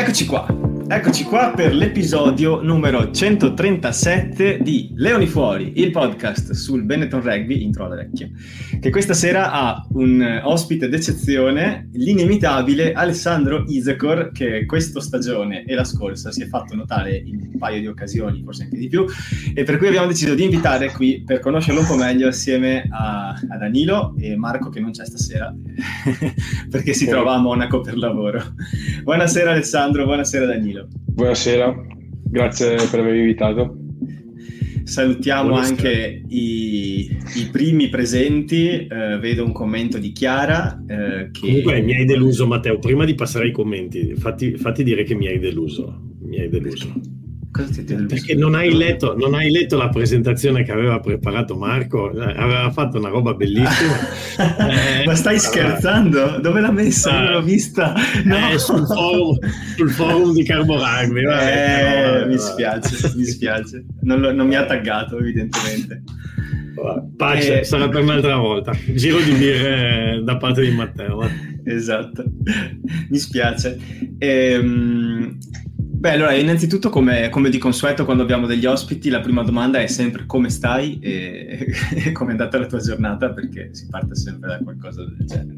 Eccoci qua per l'episodio numero 137 di Leoni Fuori, il podcast sul Benetton Rugby, intro alla vecchia, che questa sera ha un ospite d'eccezione, l'inimitabile Alessandro Isacor, che questa stagione e la scorsa si è fatto notare in un paio di occasioni, forse anche di più, e per cui abbiamo deciso di invitare qui per conoscerlo un po' meglio assieme a Danilo e Marco, che non c'è stasera perché si trova a Monaco per lavoro. Buonasera Alessandro, buonasera Danilo. Buonasera, grazie per avermi invitato. Salutiamo anche i primi presenti. Vedo un commento di Chiara che... Comunque mi hai deluso, Matteo. Prima di passare ai commenti, fatti dire che mi hai deluso. Cosa ti ha deluso? Perché non hai letto la presentazione che aveva preparato Marco. Aveva fatto una roba bellissima. Ma stai scherzando? Dove l'ha messa? Non l'ho vista. No. Sul forum di Carbo Rugby. Mi spiace. Non mi ha taggato, evidentemente. Pace, sarà per un'altra volta. Giro di birre da parte di Matteo. Esatto. Mi spiace. Beh, allora, innanzitutto, come di consueto, quando abbiamo degli ospiti, la prima domanda è sempre come stai e come è andata la tua giornata, perché si parte sempre da qualcosa del genere.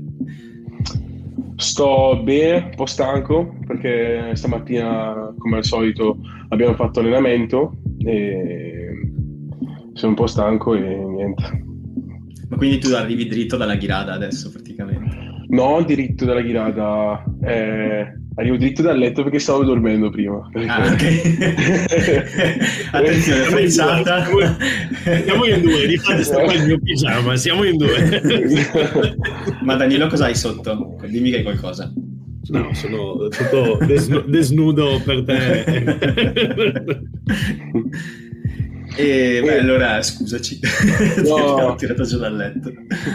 Sto bene, un po' stanco, perché stamattina, come al solito, abbiamo fatto allenamento e sono un po' stanco e niente. Ma quindi tu arrivi dritto dalla Ghirada adesso, praticamente? No, diritto dalla Ghirada, arrivo dritto dal letto perché stavo dormendo prima. Ok. Attenzione, frecciata. Siamo in due, di fatto sto qua il mio pigiama, siamo in due. Ma Danilo, cosa hai sotto? Dimmi che hai qualcosa. No, sono tutto desnudo per te. Beh, allora scusaci, No. Ti ho tirato giù dal letto.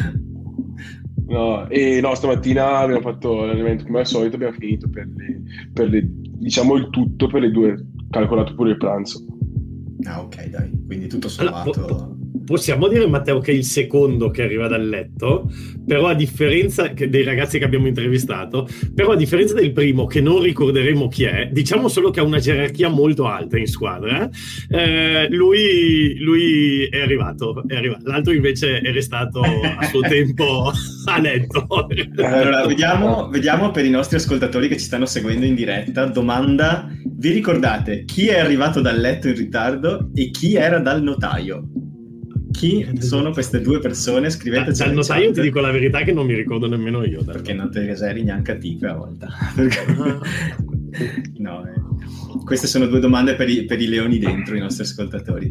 No, stamattina abbiamo fatto l'allenamento come al solito, abbiamo finito per le diciamo il tutto per le 2, calcolato pure il pranzo. Ah, ok, dai, quindi tutto sommato. Allora, possiamo dire, Matteo, che è il secondo che arriva dal letto, però a differenza dei ragazzi che abbiamo intervistato, però a differenza del primo, che non ricorderemo chi è, diciamo solo che ha una gerarchia molto alta in squadra, lui è arrivato, l'altro invece è restato a suo tempo a letto. Allora, vediamo per i nostri ascoltatori che ci stanno seguendo in diretta, domanda: vi ricordate chi è arrivato dal letto in ritardo e chi era dal notaio? Chi sono queste due persone? Scriveteci. Dal notaio ti dico la verità che non mi ricordo nemmeno io. Perché non te ne sei neanche a te a volta. No, queste sono due domande per i leoni dentro, i nostri ascoltatori.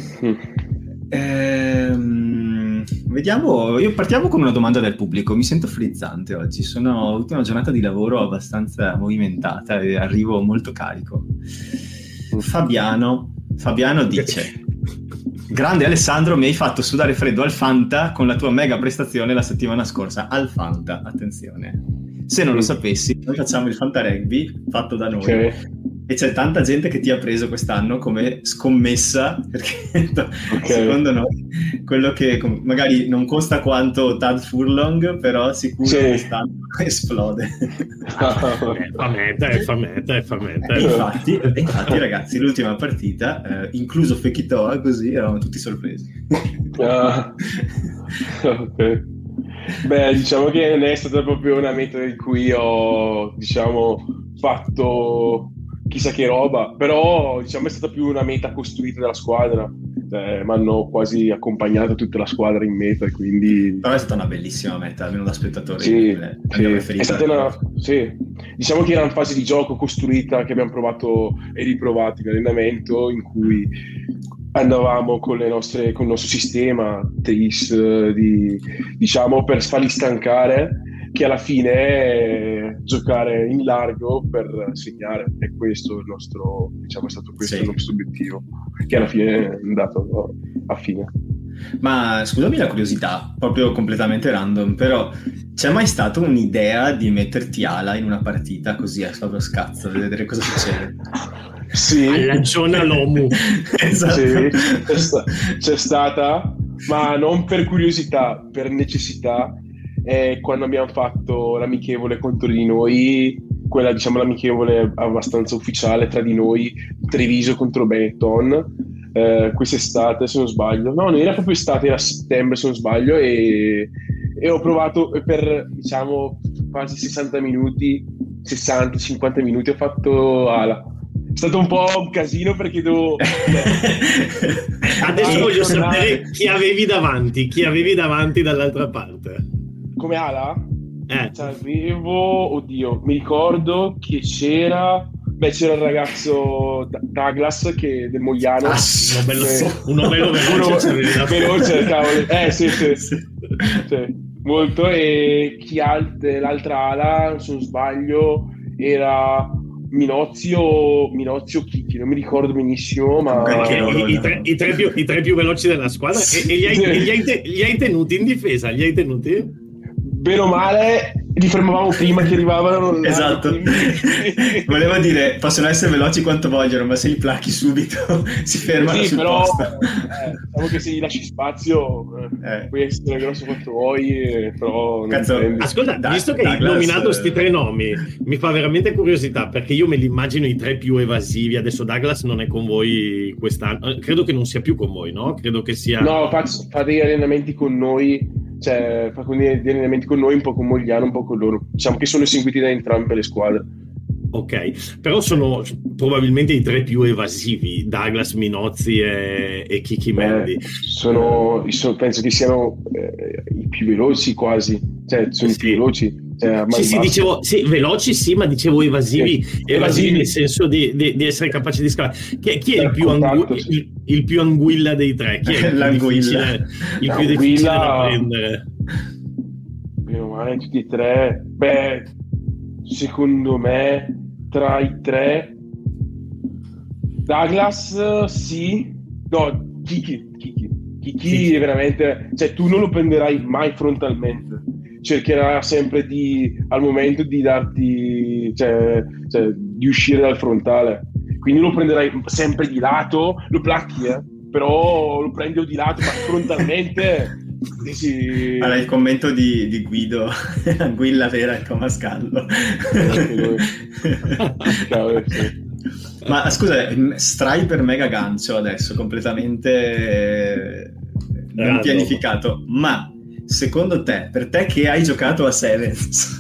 Vediamo, partiamo con una domanda del pubblico. Mi sento frizzante oggi, ho avuto una giornata di lavoro abbastanza movimentata e arrivo molto carico. Fabiano dice: grande Alessandro, mi hai fatto sudare freddo al Fanta con la tua mega prestazione la settimana scorsa. Al Fanta, attenzione, se non lo sapessi, noi facciamo il Fanta Rugby fatto da noi, okay. E c'è tanta gente che ti ha preso quest'anno come scommessa, perché secondo noi quello che magari non costa quanto Tad Furlong, però sicuro quest'anno esplode. Fa meta. Infatti ragazzi, l'ultima partita, incluso Fekitoa, così eravamo tutti sorpresi. Ok. Beh, diciamo che non è stata proprio una meta in cui ho, fatto chissà che roba, però è stata più una meta costruita dalla squadra. Mi hanno quasi accompagnato tutta la squadra in meta, quindi... Però è stata una bellissima meta, almeno da spettatore. Sì. È stata diciamo che era una fase di gioco costruita che abbiamo provato e riprovato in allenamento, in cui andavamo con il nostro sistema TRIS per farli stancare, che alla fine è giocare in largo per segnare. E questo il nostro, è stato questo il nostro obiettivo, che alla fine è andato a fine. Ma scusami la curiosità, proprio completamente random, però c'è mai stata un'idea di metterti ala in una partita così a solo scazzo, per vedere cosa succede? Sì, alla zona Lomu. Esatto. Sì, c'è stata, ma non per curiosità, per necessità. Quando abbiamo fatto l'amichevole contro di noi, quella diciamo l'amichevole abbastanza ufficiale tra di noi, Treviso contro Benetton, quest'estate se non sbaglio, no, non era proprio estate, era settembre se non sbaglio, e ho provato per diciamo quasi 60 minuti, 60-50 minuti ho fatto ala. È stato un po' un casino perché devo... Adesso voglio sapere chi avevi davanti dall'altra parte. Come ala? Oddio, mi ricordo che c'era il ragazzo Douglas del Mogliano, uno bello veloce, cavolo. Sì. Molto. E l'altra ala, se non sbaglio, era Minozio Chicchi, non mi ricordo benissimo, ma i tre più veloci della squadra. E li hai tenuti in difesa? Li hai tenuti? Bene o male li fermavamo prima che arrivavano. Esatto. Volevo dire, possono essere veloci quanto vogliono, ma se li placchi subito si fermano sul posto. Diciamo che se gli lasci spazio puoi essere grosso quanto vuoi, però ascolta, visto che hai nominato sti tre nomi, mi fa veramente curiosità, perché io me li immagino i tre più evasivi. Adesso Douglas non è con voi quest'anno, credo che non sia più con voi, no? Credo che sia... No, fa degli allenamenti con noi, cioè fa degli allenamenti con noi, un po' con Mogliano, un po' con loro. Diciamo che sono seguiti da entrambe le squadre. Ok, però sono probabilmente i tre più evasivi, Douglas, Minozzi e Kiki Mendy. Penso che siano i più veloci quasi, cioè sono i più veloci. Dicevo, veloci sì, ma dicevo evasivi nel senso di essere capaci di scalare. Chi è il più anguilla dei tre? Chi è il più difficile da prendere? Meno male, tutti e tre. Beh, secondo me tra i tre Douglas sì, no, Kiki è veramente, cioè tu non lo prenderai mai frontalmente, cercherà sempre al momento di darti, cioè di uscire dal frontale, quindi lo prenderai sempre di lato, lo placchi però lo prendi o di lato, ma frontalmente sì. Allora, il commento di Guido, Anguilla vera e Comascallo. Ma scusa, striper mega gancio adesso, completamente non pianificato, ma secondo te, per te che hai giocato a Sevens,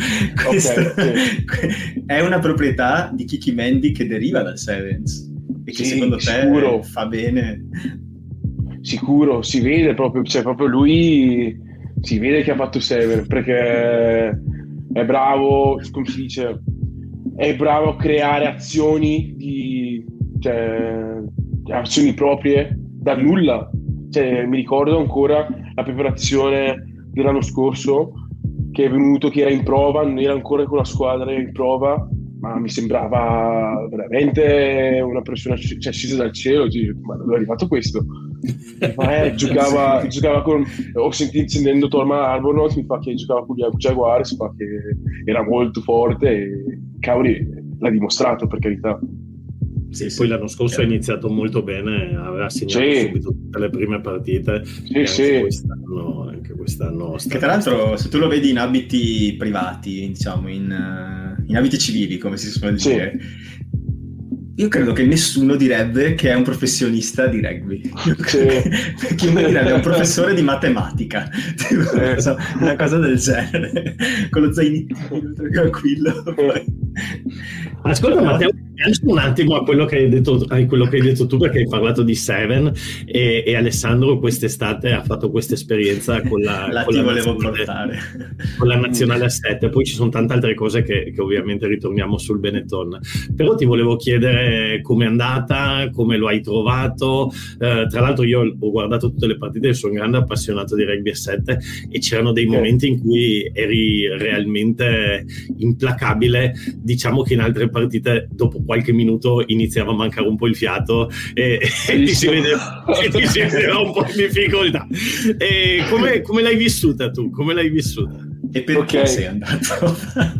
è una proprietà di Kiki Mendy che deriva dal Sevens e che secondo te fa bene? Sicuro, si vede proprio, cioè proprio lui si vede che ha fatto Seven, perché è bravo, come si dice, è bravo a creare azioni azioni proprie dal nulla. Cioè, mi ricordo ancora la preparazione dell'anno scorso, che è venuto, che era in prova, non era ancora con la squadra, era in prova, ma mi sembrava veramente una persona scesa dal cielo. Ma dove è arrivato questo? Giocava con, sentendo Torman Arbonot, mi fa che giocava con gli Jaguars, fa che era molto forte e cavoli, l'ha dimostrato, per carità. Sì, poi l'anno scorso ha iniziato molto bene, aveva segnato subito tutte le prime partite. Anche quest'anno che tra l'altro, se tu lo vedi in abiti privati, diciamo in abiti civili, come si suol dire, io credo che nessuno direbbe che è un professionista di rugby. Chiunque direbbe è un professore di matematica, una cosa del genere, con lo zainetto tranquillo. Ascolta Matteo, un attimo a quello che hai detto tu, perché hai parlato di Seven e Alessandro quest'estate ha fatto questa esperienza con la nazionale a 7. Poi ci sono tante altre cose che ovviamente ritorniamo sul Benetton, però ti volevo chiedere com'è andata, come lo hai trovato. Tra l'altro io ho guardato tutte le partite, sono un grande appassionato di rugby a 7 e c'erano dei momenti in cui eri realmente implacabile. Diciamo che in altre partite dopo qualche minuto iniziava a mancare un po' il fiato e ti si vedeva un po' in difficoltà. E come l'hai vissuta tu? Come l'hai vissuta? E perché sei andato?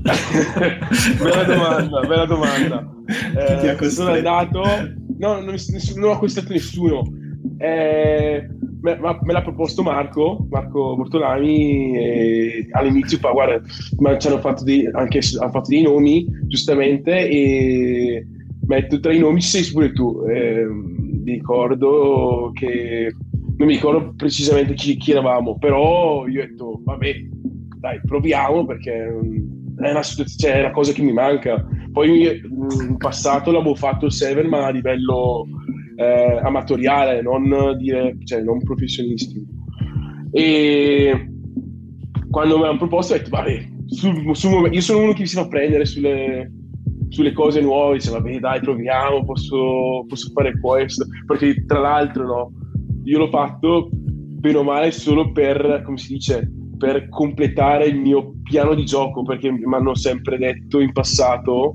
Bella domanda. Sono andato, no, non ho acquistato nessuno. me l'ha proposto Marco Bortolami, e all'inizio guarda, ma ci hanno fatto hanno fatto dei nomi giustamente, e metto tra i nomi ci sei pure tu. Ricordo che non mi ricordo precisamente chi eravamo, però io ho detto vabbè, dai, proviamo, perché è una cosa che mi manca. Poi in passato l'avevo fatto il Seven, ma a livello amatoriale, non professionistico. E quando me l'hanno proposto ho detto vabbè, io sono uno che si fa prendere sulle cose nuove, dice vabbè dai, proviamo, posso fare questo, perché tra l'altro no, io l'ho fatto bene o male solo per, come si dice, per completare il mio piano di gioco, perché mi hanno sempre detto in passato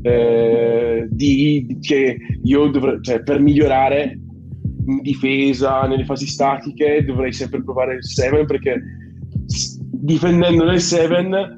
che io dovrei, cioè, per migliorare in difesa, nelle fasi statiche, dovrei sempre provare il 7, perché difendendo nel 7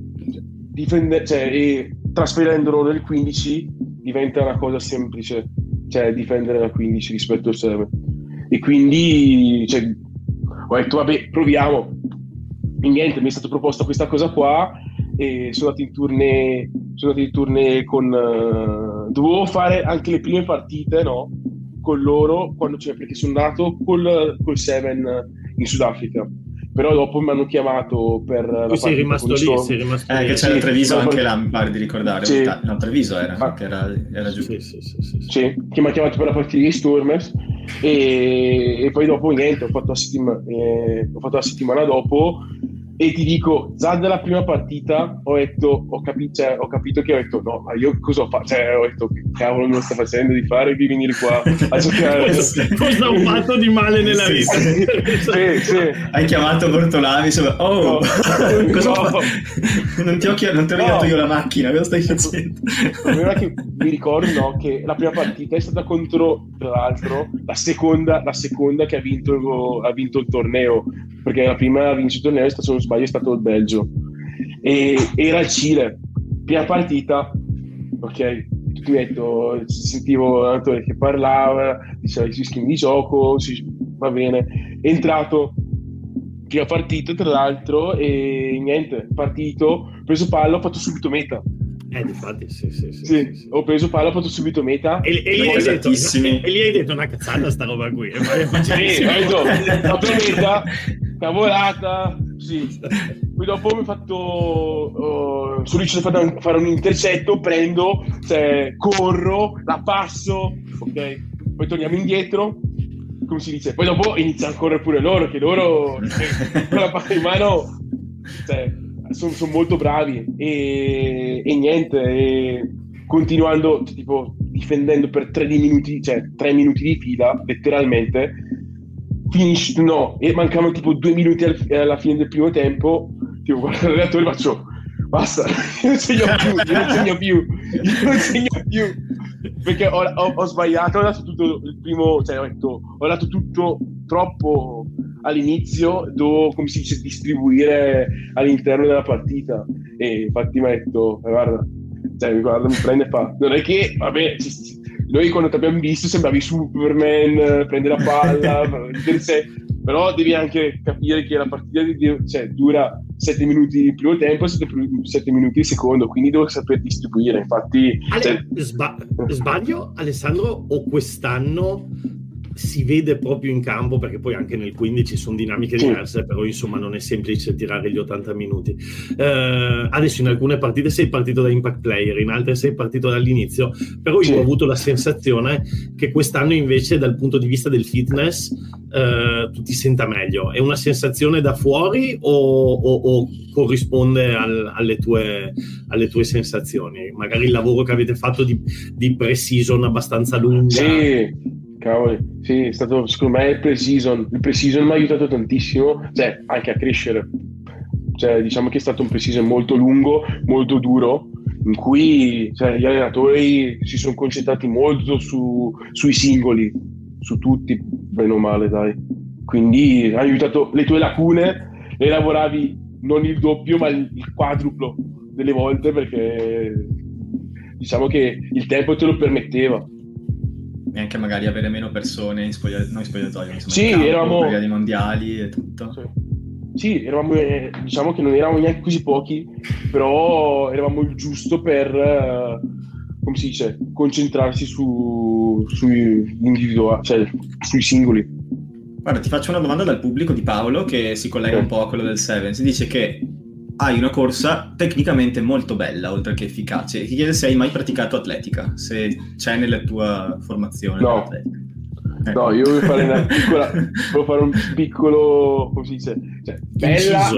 e trasferendolo nel 15 diventa una cosa semplice, cioè difendere la 15 rispetto al 7, e quindi ho detto vabbè, proviamo. E niente, mi è stata proposta questa cosa qua, e sono andato in tournée con dovevo fare anche le prime partite, no, con loro, perché sono andato col 7 in Sudafrica, però dopo mi hanno chiamato per la sei rimasto lì. Che c'era Treviso anche là, mi pare di ricordare. Sì. No, Treviso era, che era giù. Sì, che mi ha chiamato per la partita di Stormers, e poi dopo niente, ho fatto la settimana dopo. E ti dico, già dalla prima partita ho capito che ho detto no, ma io cosa ho fatto? Cioè, ho detto che cavolo me lo sta facendo di fare, di venire qua a giocare. Cosa ho fatto di male nella vita? Sì. Hai chiamato Bortolami, insomma, cosa ho fatto? Non ti ho regalato io la macchina, cosa stai facendo? Il che mi ricordo, che la prima partita è stata contro, tra l'altro, la seconda che ha vinto il torneo, perché la prima a vincere il torneo, se non sbaglio, è stato il Belgio, e era il Cile. Prima partita, ok, ti metto, sentivo Antonio che parlava, diceva i schemi di gioco, va bene, è entrato, prima partita tra l'altro, e niente, partito, preso palla, ho fatto subito meta. Infatti, sì. Ho preso palla, ho fatto subito meta, e lì hai detto una cazzata sta roba qui. Sì, ho detto meta, cavolata, sì. Poi dopo mi ho fatto sono riuscito a fare un intercetto, prendo, corro, la passo, ok, poi torniamo indietro, come si dice, poi dopo iniziano a correre pure loro, che loro con la palla in mano sono molto bravi, e niente, e continuando, tipo difendendo per 3 minuti di fila, letteralmente, e mancavano tipo 2 minuti alla fine del primo tempo, tipo guardo l'allenatore, faccio basta, io non segno più, perché ho sbagliato, ho dato tutto il primo, ho dato tutto troppo all'inizio, devo, come si dice, distribuire all'interno della partita, e infatti mi ha detto guarda, mi prende e fa, non è che vabbè, noi quando ti abbiamo visto sembravi Superman, prende la palla, però devi anche capire che la partita dura 7 minuti di primo tempo e 7 minuti di secondo, quindi devo saper distribuire. Infatti sbaglio, Alessandro, o quest'anno si vede proprio in campo, perché poi anche nel 15 sono dinamiche diverse, però insomma non è semplice tirare gli 80 minuti. Adesso in alcune partite sei partito da impact player, in altre sei partito dall'inizio, però io ho avuto la sensazione che quest'anno invece dal punto di vista del fitness tu ti senta meglio. È una sensazione da fuori o corrisponde alle tue sensazioni? Magari il lavoro che avete fatto di pre-season abbastanza lunga. Sì. Cavoli, sì, è stato, secondo me, il pre-season mi ha aiutato tantissimo, anche a crescere. Diciamo che è stato un pre-season molto lungo, molto duro, in cui gli allenatori si sono concentrati molto sui singoli, su tutti, bene o male, dai. Quindi ha aiutato le tue lacune, le lavoravi non il doppio, ma il quadruplo delle volte, perché diciamo che il tempo te lo permetteva. E anche magari avere meno persone in spogliatoio, insomma, sì, in campo, eravamo per via dei mondiali e tutto. Sì, eravamo, diciamo che non eravamo neanche così pochi, però eravamo il giusto per, come si dice, concentrarsi sui individuali, cioè sui singoli. Guarda, ti faccio una domanda dal pubblico di Paolo che si collega un po' a quello del Seven. Si dice che hai una corsa tecnicamente molto bella, oltre che efficace. Ti chiede se hai mai praticato atletica, se c'è nella tua formazione. No, no, io voglio fare un piccolo, come si dice, cioè, bella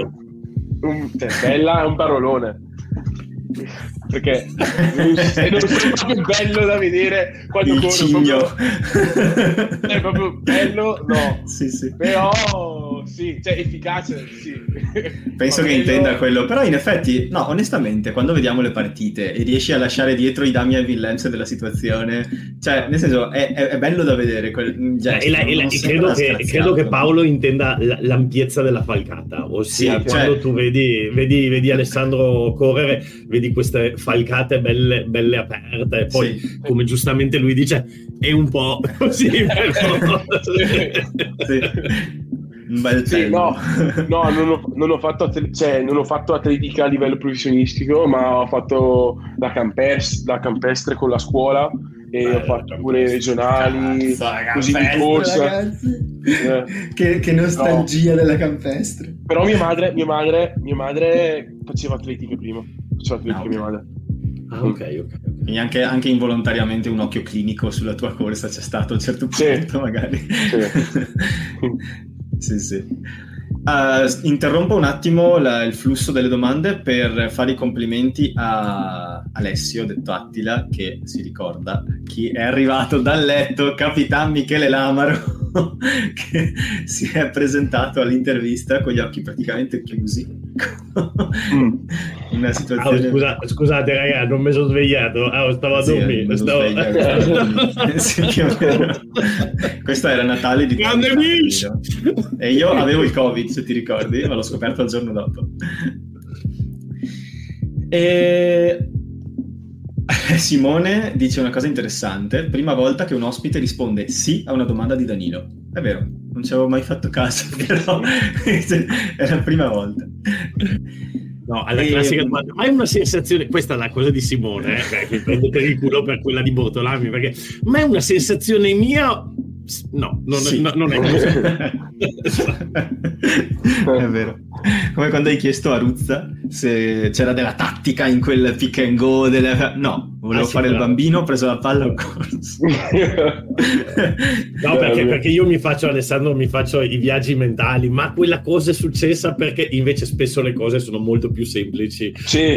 è un parolone, perché non è proprio bello da vedere quando corro, è proprio bello, no, sì. Però sì, cioè efficace, sì. Penso che intenda quello, però in effetti, no, onestamente, quando vediamo le partite e riesci a lasciare dietro i Damian Willems della situazione, cioè, nel senso, è bello da vedere quel gesto. Credo che Paolo intenda l'ampiezza della falcata, ossia sì, quando tu vedi Alessandro correre, vedi queste falcate belle aperte, e poi, come giustamente lui dice, è un po' così, però... sì. Un bel no, non ho fatto atletica a livello professionistico, ma ho fatto la campestre con la scuola e ho fatto pure regionali, così di corsa. Che nostalgia della campestre. Però mia madre faceva atletica prima. Mia madre. Ok. Quindi anche involontariamente un occhio clinico sulla tua corsa c'è stato a un certo punto, magari. Sì. Interrompo un attimo il flusso delle domande per fare i complimenti a Alessio, detto Attila, che si ricorda chi è arrivato dal letto, Capitan Michele Lamaro, che si è presentato all'intervista con gli occhi praticamente chiusi. Una situazione... Scusate ragazzi, non mi sono svegliato, stavo a dormire. Questo era Natale di grande e io avevo il Covid, se ti ricordi, ma l'ho scoperto il giorno dopo. E Simone dice una cosa interessante: prima volta che un ospite risponde sì a una domanda di Danilo. È vero, non ci avevo mai fatto caso, però è la prima volta. No, alla classica domanda, ma è una sensazione, questa è la cosa di Simone, che prende per il culo per quella di Bortolami, perché ma è una sensazione mia? No, non è così. È vero. Come quando hai chiesto a Ruzza se c'era della tattica in quel pick and go, no, volevo fare il bambino, ho preso la palla e ho corso. No, perché io Alessandro mi faccio i viaggi mentali, ma quella cosa è successa perché invece spesso le cose sono molto più semplici.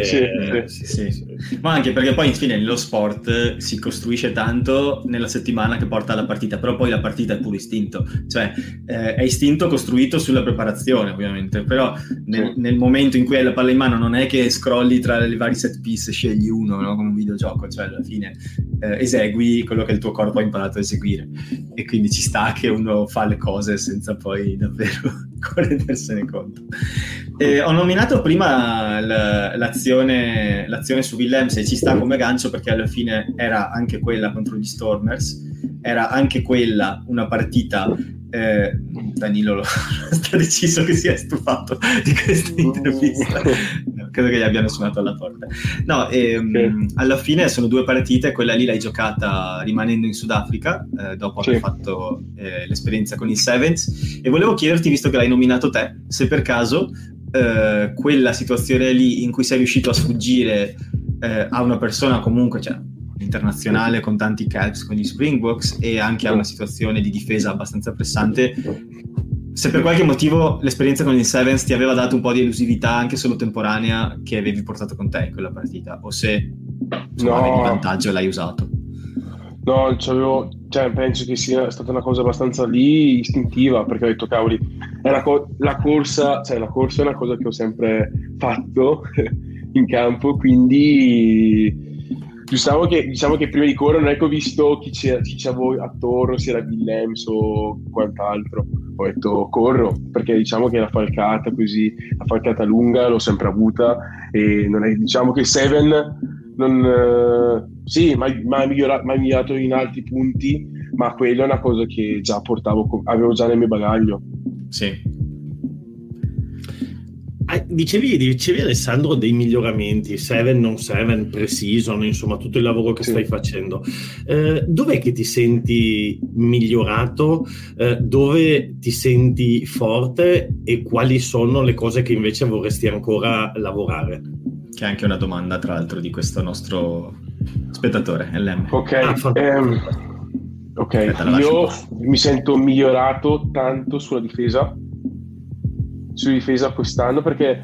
Sì. Ma anche perché poi infine lo sport si costruisce tanto nella settimana che porta alla partita, però poi la partita è puro istinto, cioè è istinto costruito sulla preparazione ovviamente, però nel momento in cui hai la palla in mano non è che scrolli tra le vari set piece, scegli uno, no? Come un videogioco, cioè alla fine esegui quello che il tuo corpo ha imparato a eseguire, e quindi ci sta che uno fa le cose senza poi davvero rendersene conto. Ho nominato prima l'azione su Willems e ci sta come gancio perché alla fine era anche quella contro gli Stormers, era anche quella una partita. Danilo sta deciso che si è stufato di questa intervista. No, credo che gli abbiano suonato alla porta. No, alla fine sono due partite, quella lì l'hai giocata rimanendo in Sudafrica dopo aver fatto l'esperienza con i Sevens, e volevo chiederti, visto che l'hai nominato te, se per caso quella situazione lì in cui sei riuscito a sfuggire a una persona comunque, cioè internazionale con tanti caps con gli Springboks, e anche a una situazione di difesa abbastanza pressante, se per qualche motivo l'esperienza con il Sevens ti aveva dato un po' di elusività anche solo temporanea che avevi portato con te in quella partita, o se avevi vantaggio e l'hai usato. No, penso che sia stata una cosa abbastanza lì istintiva, perché ho detto cavoli, la corsa è una cosa che ho sempre fatto in campo, quindi diciamo che prima di correre non è che ho visto chi c'avevo attorno, se era Willems o quant'altro. Ho detto corro, perché diciamo che la falcata lunga l'ho sempre avuta, e non è, diciamo che Seven non mi ha migliorato in altri punti, ma quella è una cosa che già avevo già nel mio bagaglio. Sì. Dicevi Alessandro dei miglioramenti, 7 non 7, pre-season, insomma tutto il lavoro che stai facendo. Dov'è che ti senti migliorato? Dove ti senti forte? E quali sono le cose che invece vorresti ancora lavorare? Che è anche una domanda, tra l'altro, di questo nostro spettatore, LM. Ok, io mi sento migliorato tanto sulla difesa quest'anno, perché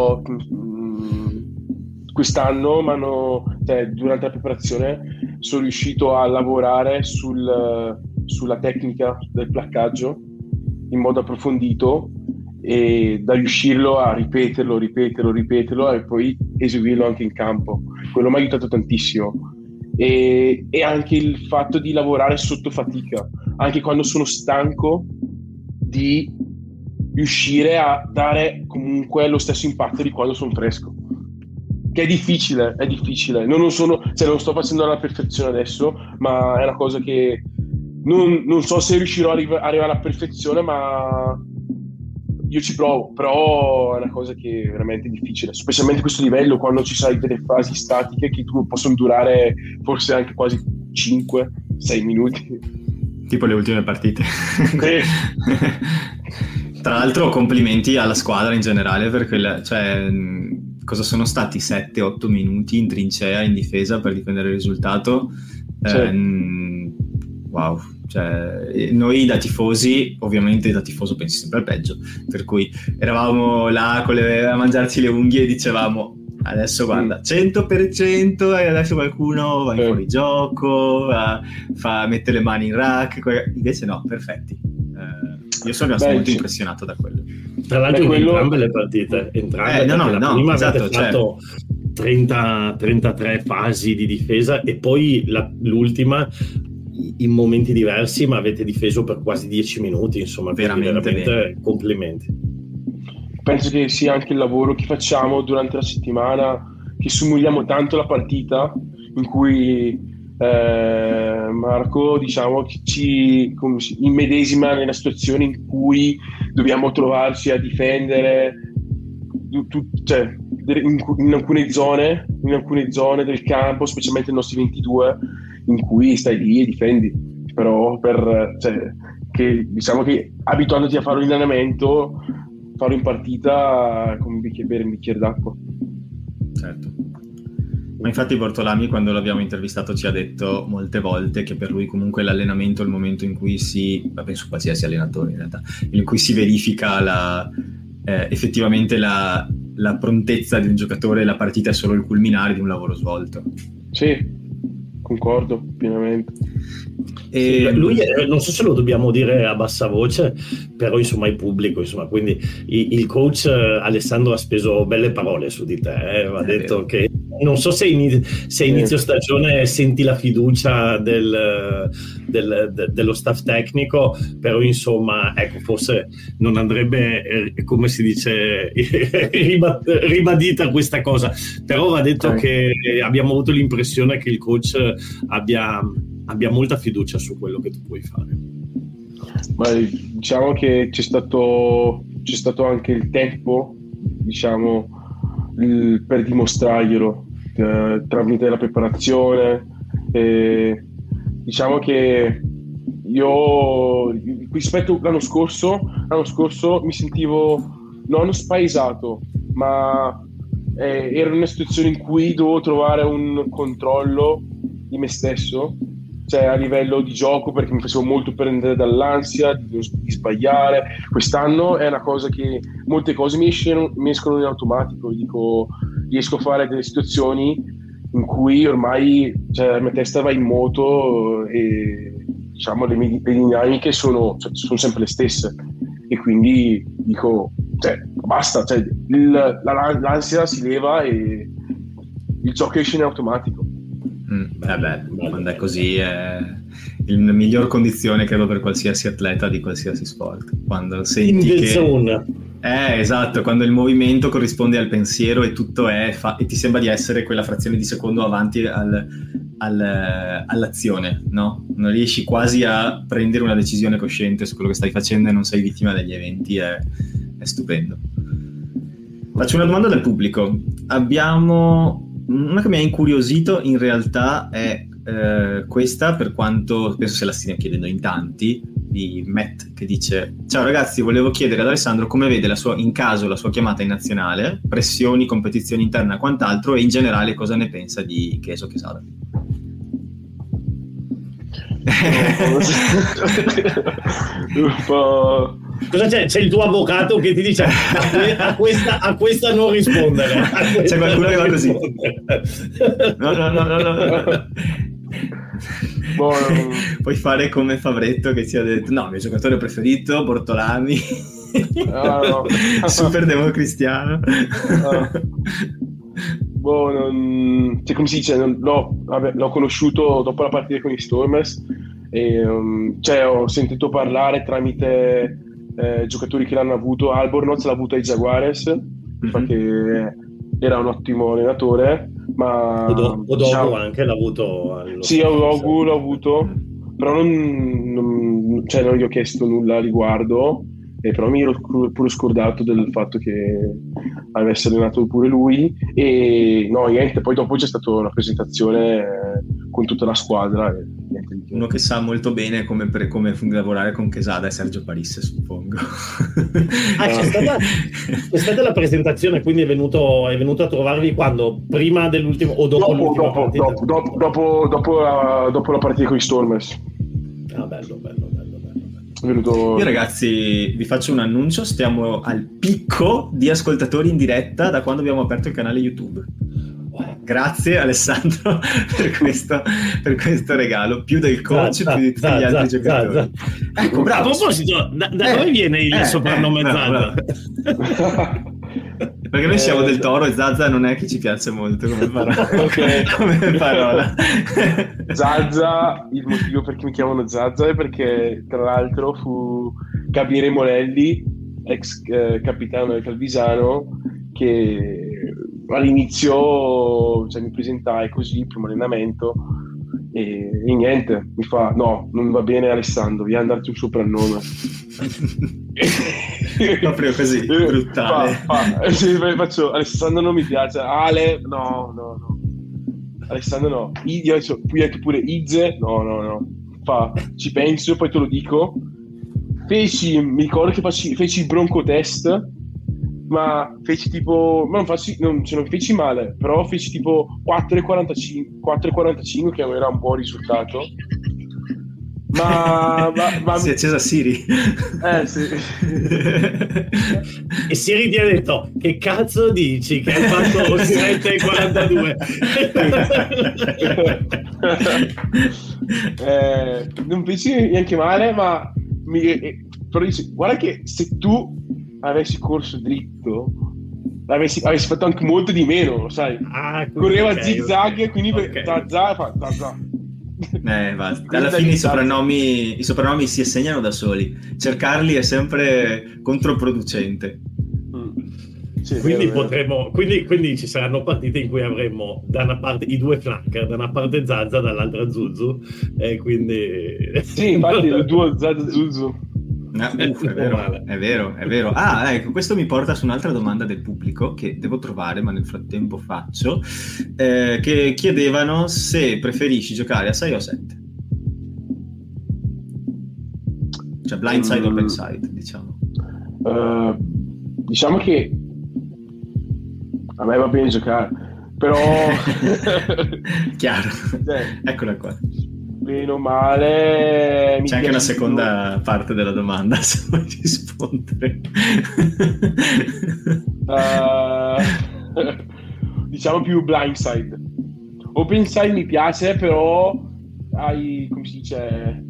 quest'anno durante la preparazione sono riuscito a lavorare sulla tecnica del placcaggio in modo approfondito, e da riuscirlo a ripeterlo e poi eseguirlo anche in campo. Quello mi ha aiutato tantissimo, e anche il fatto di lavorare sotto fatica, anche quando sono stanco, di riuscire a dare comunque lo stesso impatto di quando sono fresco, che è difficile. Non sto facendo alla perfezione adesso, ma è una cosa che non so se riuscirò a arrivare alla perfezione, ma io ci provo. Però è una cosa che è veramente difficile, specialmente a questo livello, quando ci sai delle fasi statiche che possono durare forse anche quasi 5-6 minuti, tipo le ultime partite. Tra l'altro complimenti alla squadra in generale, perché cosa sono stati 7-8 minuti in trincea, in difesa, per difendere il risultato. Wow, noi da tifosi, ovviamente da tifoso pensi sempre al peggio, per cui eravamo là a mangiarci le unghie e dicevamo adesso guarda 100% e adesso qualcuno va in fuorigioco, mette le mani in rack, invece no, perfetti. Io sono rimasto molto impressionato da quello. Tra l'altro in entrambe le partite, la prima esatto, avete fatto 33 fasi di difesa, e poi l'ultima in momenti diversi, ma avete difeso per quasi 10 minuti, insomma veramente complimenti. Penso che sia anche il lavoro che facciamo durante la settimana, che simuliamo tanto la partita, in cui Marco, diciamo, ci immedesima nella situazione in cui dobbiamo trovarci a difendere in alcune zone del campo, specialmente i nostri 22, in cui stai lì e difendi. Però che diciamo che abituandoti a farlo in allenamento, farlo in partita come bere un bicchiere d'acqua. Certo. Ma infatti Bortolami, quando l'abbiamo intervistato, ci ha detto molte volte che per lui comunque l'allenamento è il momento in cui su qualsiasi allenatore in realtà, in cui si verifica effettivamente la prontezza di un giocatore, la partita è solo il culminare di un lavoro svolto. Sì, concordo pienamente. Lui non so se lo dobbiamo dire a bassa voce, però insomma è pubblico, insomma, quindi il coach Alessandro ha speso belle parole su di te, ha detto che non so se inizio stagione senti la fiducia dello staff tecnico, però insomma ecco, forse non andrebbe come si dice ribadita questa cosa, però va detto che abbiamo avuto l'impressione che il coach abbia molta fiducia su quello che tu puoi fare. Ma diciamo che c'è stato anche il tempo, diciamo, per dimostrarglielo tramite la preparazione. Diciamo che io rispetto all'anno scorso mi sentivo non spaesato, ma ero in una situazione in cui dovevo trovare un controllo di me stesso, cioè a livello di gioco, perché mi facevo molto prendere dall'ansia di sbagliare. Quest'anno è una cosa che molte cose mi escono in automatico, riesco a fare delle situazioni in cui ormai la mia testa va in moto e diciamo le dinamiche sono sempre le stesse, e quindi dico basta, l'ansia si leva e il gioco esce in automatico. Quando è così è la miglior condizione, credo, per qualsiasi atleta di qualsiasi sport, quando senti che zone. Esatto, quando il movimento corrisponde al pensiero e tutto e ti sembra di essere quella frazione di secondo avanti all'azione, no? Non riesci quasi a prendere una decisione cosciente su quello che stai facendo e non sei vittima degli eventi, è stupendo. Faccio una domanda dal pubblico. Abbiamo una che mi ha incuriosito, in realtà è questa, per quanto penso se la stiano chiedendo in tanti, di Matt, che dice: ciao ragazzi, volevo chiedere ad Alessandro come vede la sua chiamata in nazionale, pressioni, competizioni interne e quant'altro, e in generale cosa ne pensa di Keso Quesada. Un po'... Cosa c'è? C'è il tuo avvocato che ti dice a questa non rispondere. C'è qualcuno che va così. No. Puoi fare come Favretto che ci ha detto: no, il mio giocatore preferito Bortolami. No. Super democristiano. Cioè, come si dice, l'ho conosciuto dopo la partita con i Stormers e ho sentito parlare tramite giocatori che l'hanno avuto. Albornoz l'ha avuto ai Jaguares, perché era un ottimo allenatore, ma Odogu anche l'ha avuto sì, Odogu l'ho avuto, però non gli ho chiesto nulla a riguardo, però mi ero pure scordato del fatto che avesse allenato pure lui. E no, niente, poi dopo c'è stata una presentazione con tutta la squadra e niente. Uno che sa molto bene come lavorare con Quesada è Sergio Parisse, suppongo. C'è stata la presentazione, quindi è venuto a trovarvi quando? Prima dell'ultimo o dopo l'ultima partita? Dopo la partita con i Stormers. Bello. Io ragazzi vi faccio un annuncio: stiamo al picco di ascoltatori in diretta da quando abbiamo aperto il canale YouTube. Grazie Alessandro per questo regalo, più del coach, più di tutti gli altri giocatori. Ecco, bravo. A proposito, da dove viene il soprannome Zazza? Perché noi siamo del Toro e Zazza non è che ci piace molto come parola. Come parola. Zazza, il motivo perché mi chiamano Zazza è perché tra l'altro fu Gabriele Molelli, ex capitano del Calvisano, che all'inizio mi presentai così, primo allenamento, e niente, mi fa: no, non va bene Alessandro, devi andarti un soprannome. Proprio così, brutale. Faccio: Alessandro non mi piace, Ale, no. Alessandro no, io adesso puoi anche pure Izze, no. Fa: ci penso, poi te lo dico. Mi ricordo che feci il bronco test, ma feci tipo, non feci male, però feci tipo 4,45, che era un buon risultato. Ma si è accesa Siri. Sì. E Siri ti ha detto: che cazzo dici che hai fatto 7,42? Non feci neanche male, ma però dice: guarda che se tu avessi corso dritto avessi fatto anche molto di meno, sai. Correva zig-zag, quindi Zazza. Alla fine i soprannomi si assegnano da soli, cercarli è sempre controproducente. Sì, quindi quindi ci saranno partite in cui avremo da una parte i due flanker, da una parte Zazza, dall'altra Zuzu, e quindi sì, infatti il duo Zazza Zuzu. È vero. Ecco, questo mi porta su un'altra domanda del pubblico che devo trovare, ma nel frattempo faccio, che chiedevano se preferisci giocare a 6 o 7, cioè blindside o open-side, diciamo. Diciamo che a me va bene giocare, però chiaro, eccola qua. Bene o male c'è anche una seconda parte della domanda, se vuoi rispondere. Diciamo più blindside. Openside mi piace, però come si dice,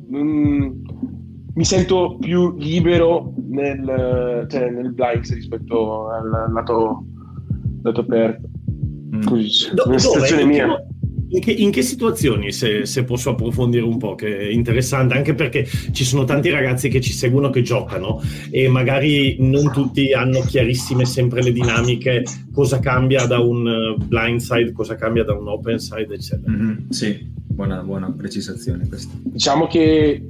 mi sento più libero nel blindside rispetto al lato aperto. Così, dove? mia. In che situazioni, se posso approfondire un po', che è interessante, anche perché ci sono tanti ragazzi che ci seguono, che giocano, e magari non tutti hanno chiarissime sempre le dinamiche, cosa cambia da un blindside, cosa cambia da un open side, eccetera. Sì, buona precisazione questa. Diciamo che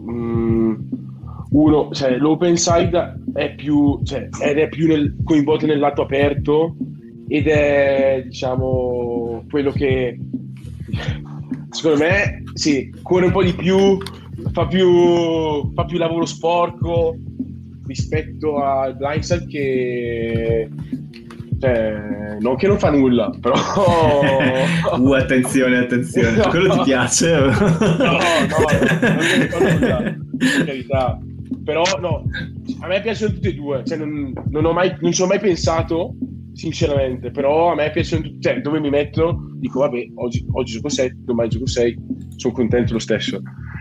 l'open side è più, coinvolto nel lato aperto, ed è, diciamo, quello che secondo me corre un po' di più, fa più lavoro sporco rispetto al blindside, che non che non fa nulla, però attenzione, quello ti piace? no, non fa nulla, per carità. Però no, a me piacciono tutti e due, cioè non ci ho mai pensato sinceramente, però a me piacciono tutti, cioè dove mi metto dico vabbè, oggi gioco 7, domani gioco 6, sono contento lo stesso.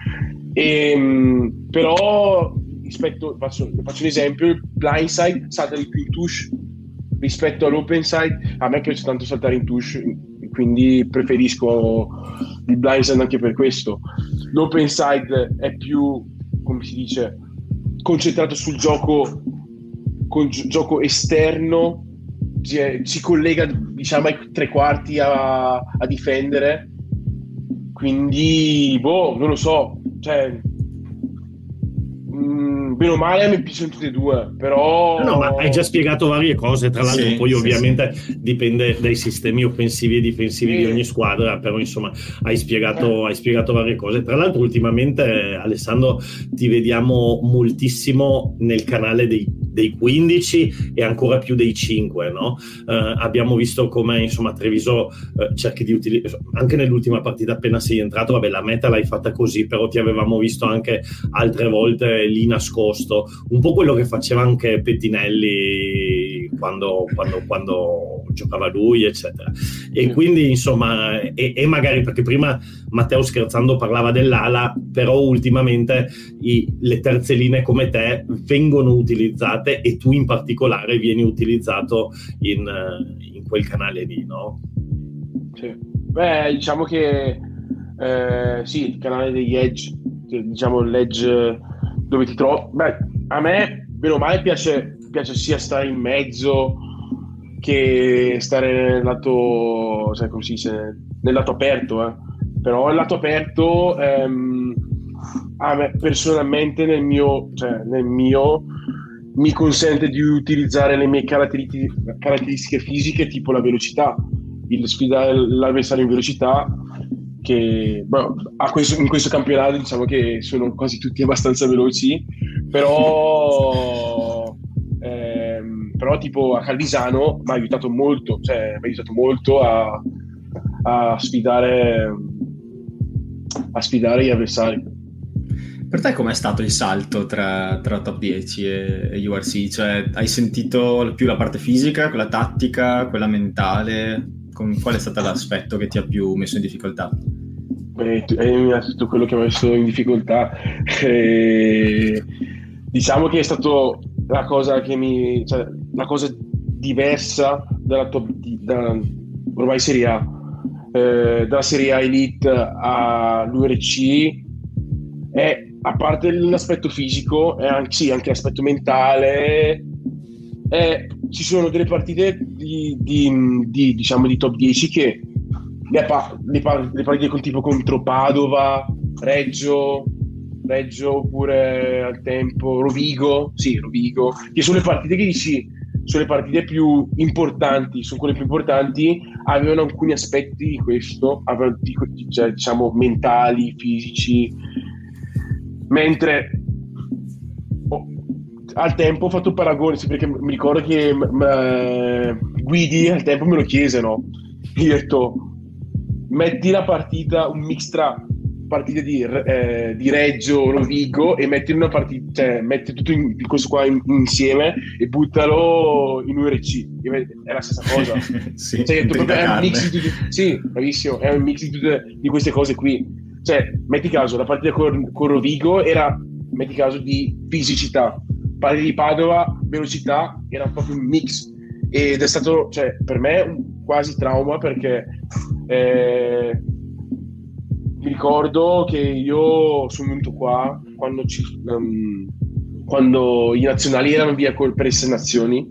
Però faccio un esempio, il blindside salta di più in touche rispetto all'open side. A me piace tanto saltare in touche, quindi preferisco il blindside anche per questo. L'open side è più, come si dice, concentrato sul gioco esterno, si collega, diciamo, ai tre quarti a difendere, quindi non lo so, cioè bene o male mi piacciono tutte e due, però no, ma hai già spiegato varie cose, tra l'altro poi ovviamente dipende dai sistemi offensivi e difensivi di ogni squadra, però insomma hai spiegato varie cose. Tra l'altro ultimamente, Alessandro, ti vediamo moltissimo nel canale dei 15 e ancora più dei 5, no? Abbiamo visto come, insomma, Treviso cerchi di utilizzare, anche nell'ultima partita appena sei entrato, vabbè, la meta l'hai fatta così, però ti avevamo visto anche altre volte lì nascosto, un po' quello che faceva anche Pettinelli quando giocava lui, eccetera. E quindi, insomma, e magari, perché prima Matteo scherzando parlava dell'ala, però ultimamente le terze linee come te vengono utilizzate, e tu in particolare vieni utilizzato in quel canale lì, no? Sì. Beh, diciamo che il canale degli edge, diciamo l'edge dove ti trovi. Beh, a me, bene o male, piace sia stare in mezzo che stare nel lato, cioè, come si dice, nel lato aperto, però il lato aperto a me personalmente nel mio mi consente di utilizzare le mie caratteristiche fisiche, tipo la velocità, il sfidare l'avversario in velocità, che in questo campionato diciamo che sono quasi tutti abbastanza veloci, però tipo a Calvisano mi ha aiutato molto, a sfidare gli avversari. Per te com'è stato il salto tra Top 10 e URC? Cioè, hai sentito più la parte fisica, quella tattica, quella mentale? Qual è stato l'aspetto che ti ha più messo in difficoltà? Mi ha detto quello che mi ha messo in difficoltà. Diciamo che è stato la cosa la cosa diversa dalla ormai Serie A, dalla Serie A Elite all'URC, è, a parte l'aspetto fisico, è anche l'aspetto mentale. Ci sono delle partite diciamo di top 10 che le partite contro Padova, Reggio oppure al tempo Rovigo, che sono le partite che dici sono le partite più importanti, sono quelle più importanti, avevano alcuni aspetti di questo, cioè, diciamo mentali, fisici, mentre al tempo ho fatto paragoni, perché mi ricordo che Guidi al tempo me lo chiese, no? Gli ho detto: metti la partita, un mix tra partite di Reggio, Rovigo, e metti una partita, cioè metti tutto questo qua insieme e buttalo in URC, è la stessa cosa. Sì, cioè, è un mix sì, bravissimo, è un mix di queste cose qui. Cioè, metti caso, la partita con Rovigo era, metti caso, di fisicità, partita di Padova, velocità, era proprio un mix, ed è stato, cioè, per me quasi trauma, perché mi ricordo che io sono venuto qua quando i nazionali erano via per essere nazioni,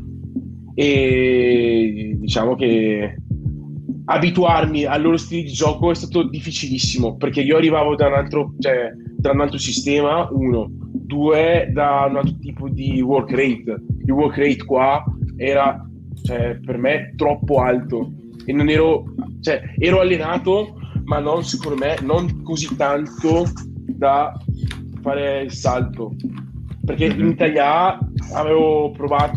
e diciamo che abituarmi al loro stile di gioco è stato difficilissimo, perché io arrivavo da un altro sistema, 1, 2, da un altro tipo di work rate. Il work rate qua era, per me, troppo alto, e non ero allenato, ma non, secondo me, non così tanto da fare il salto, perché in Italia avevamo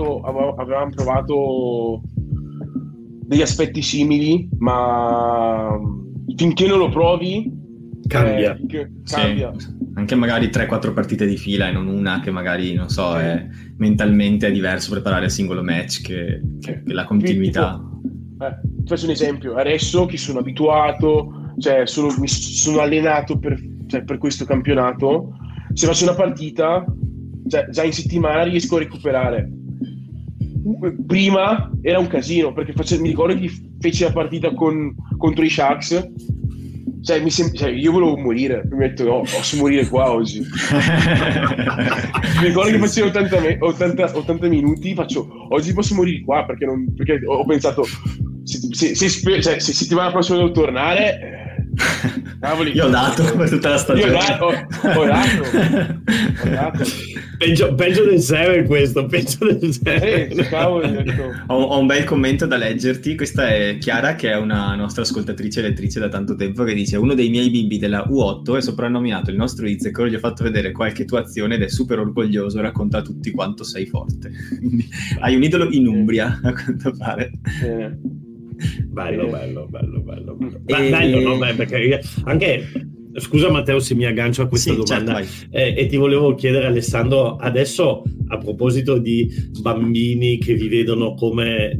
provato degli aspetti simili, ma finché non lo provi cambia. Sì. Anche magari 3-4 partite di fila e non una, che magari, non so, è mentalmente diverso preparare il singolo match che la continuità. Ti faccio un esempio: adesso che sono abituato, mi sono allenato per questo campionato, se faccio una partita, già in settimana riesco a recuperare. Prima era un casino, perché mi ricordo che feci la partita contro i Sharks, io volevo morire, mi metto, no, posso morire qua oggi. Mi ricordo che facevo 80 minuti, oggi posso morire qua, perché ho pensato, se settimana prossima devo tornare, cavoli, io ho dato per tutta la stagione. Ho dato. Peggio del 7 questo, peggio del 7. Ho un bel commento da leggerti. Questa è Chiara, che è una nostra ascoltatrice lettrice da tanto tempo, che dice: uno dei miei bimbi della U8 è soprannominato il nostro Izzeco, gli ho fatto vedere qualche tua azione ed è super orgoglioso, racconta a tutti quanto sei forte. Quindi hai un idolo in Umbria, a quanto pare. Bello. Bello, no? Perché anche, scusa Matteo se mi aggancio a questa domanda, certo, e ti volevo chiedere, Alessandro, adesso a proposito di bambini che vi vedono come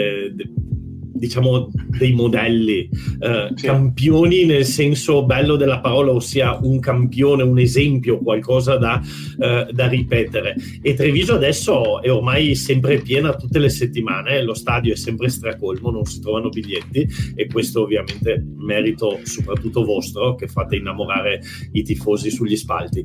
dei modelli, campioni nel senso bello della parola, ossia un campione, un esempio, qualcosa da ripetere. E Treviso adesso è ormai sempre piena tutte le settimane, lo stadio è sempre stracolmo, non si trovano biglietti, e questo ovviamente merito soprattutto vostro, che fate innamorare i tifosi sugli spalti.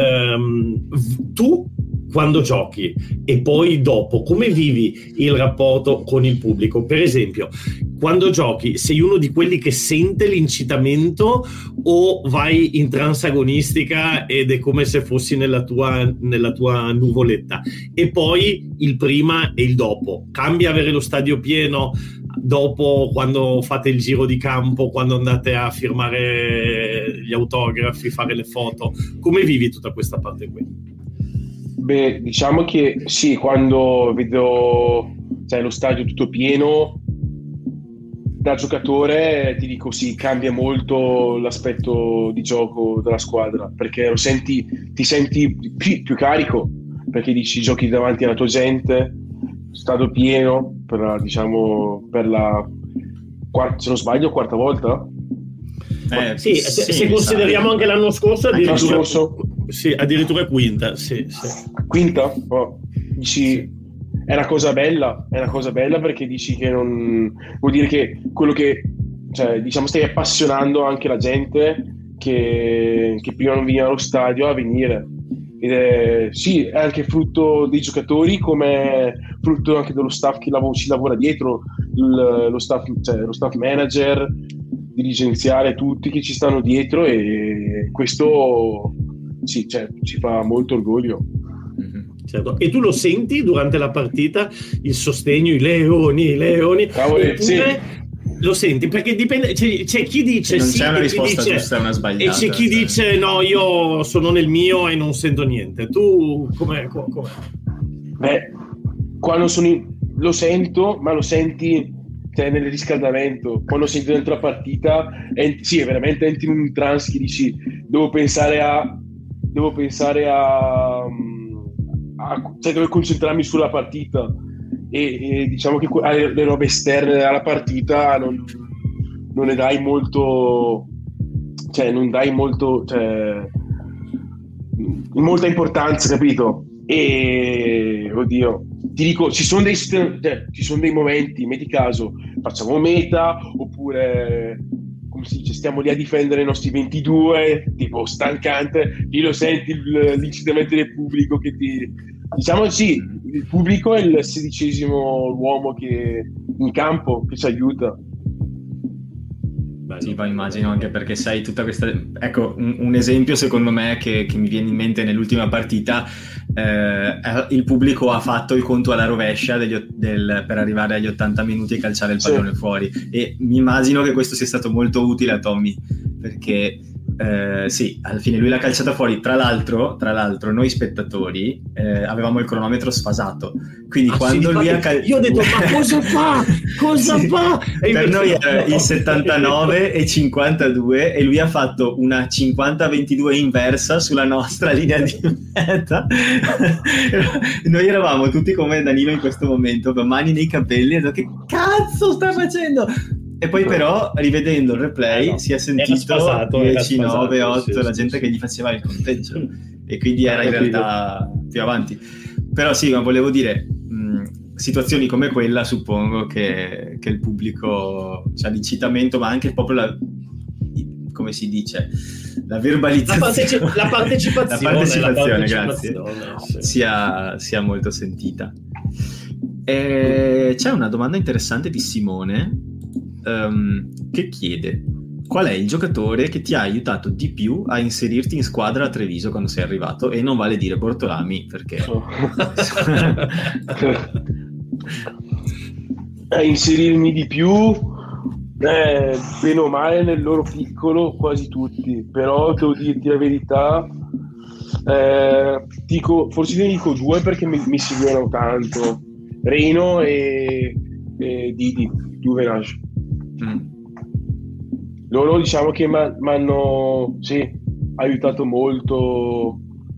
Tu quando giochi e poi dopo, come vivi il rapporto con il pubblico? Per esempio, quando giochi, sei uno di quelli che sente l'incitamento o vai in transagonistica ed è come se fossi nella tua nuvoletta? E poi il prima e il dopo. Cambia avere lo stadio pieno dopo, quando fate il giro di campo, quando andate a firmare gli autografi, fare le foto? Come vivi tutta questa parte qui? Beh, diciamo che sì, quando vedo lo stadio tutto pieno, da giocatore ti dico sì, cambia molto l'aspetto di gioco della squadra, perché ti senti più carico, perché dici giochi davanti alla tua gente, stadio pieno per la se non sbaglio quarta volta. Sì, se consideriamo anche l'anno scorso, addirittura quinta. Sì. Quinta? Dici, è una cosa bella perché dici che non vuol dire che quello che stai appassionando anche la gente che prima non veniva allo stadio a venire. Ed è anche frutto dei giocatori, come frutto anche dello staff che ci lavora dietro, lo staff manager, dirigenziale, tutti che ci stanno dietro, e questo ci fa molto orgoglio. Certo. E tu lo senti durante la partita, il sostegno, i leoni? Cavoli, sì. Lo senti? Perché dipende, c'è chi dice non sì, c'è una risposta giusta e una sbagliata, e c'è chi dice no, io sono nel mio e non sento niente. Tu com'è? Beh, quando lo sento, ma lo senti nel riscaldamento. Quando senti dentro la partita, veramente entri in un trance che dici devo pensare a devo concentrarmi sulla partita, e diciamo che le robe esterne alla partita non ne dai molto, molta importanza, capito? E oddio, ti dico, ci sono dei momenti, metti caso, facciamo meta, oppure come si dice, stiamo lì a difendere i nostri 22, tipo stancante, lì lo senti l'incitamento del pubblico che ti... Diciamo sì, il pubblico è il 16° uomo che in campo che ci aiuta. Sì, poi immagino anche perché sai tutta questa... Ecco, un esempio secondo me che mi viene in mente nell'ultima partita, il pubblico ha fatto il conto alla rovescia per arrivare agli 80 minuti e calciare il pallone fuori, e mi immagino che questo sia stato molto utile a Tommy, perché sì, alla fine lui l'ha calciata fuori. Tra l'altro noi spettatori avevamo il cronometro sfasato, quindi quando lui ha io ho detto ma cosa fa? Sì, per noi era il 79 e 52 e lui ha fatto una 50-22 inversa sulla nostra linea di meta. Noi eravamo tutti come Danilo in questo momento, con mani nei capelli, e detto, che cazzo sta facendo? E poi però, rivedendo il replay, si è sentito 10, 9, 8, la gente che gli faceva il conteggio. E quindi era in realtà più avanti. Però sì, ma volevo dire, situazioni come quella, suppongo che il pubblico, cioè l'incitamento, ma anche proprio come si dice, la verbalizzazione, la partecipazione, grazie, sia molto sentita. C'è una domanda interessante di Simone, che chiede: qual è il giocatore che ti ha aiutato di più a inserirti in squadra a Treviso quando sei arrivato? E non vale dire Bortolami, perché inserirmi di più, bene o male nel loro piccolo quasi tutti, però devo dirti la verità, forse ne dico due perché mi seguono tanto: Reino e Didi Duvenage. Loro diciamo che mi hanno aiutato molto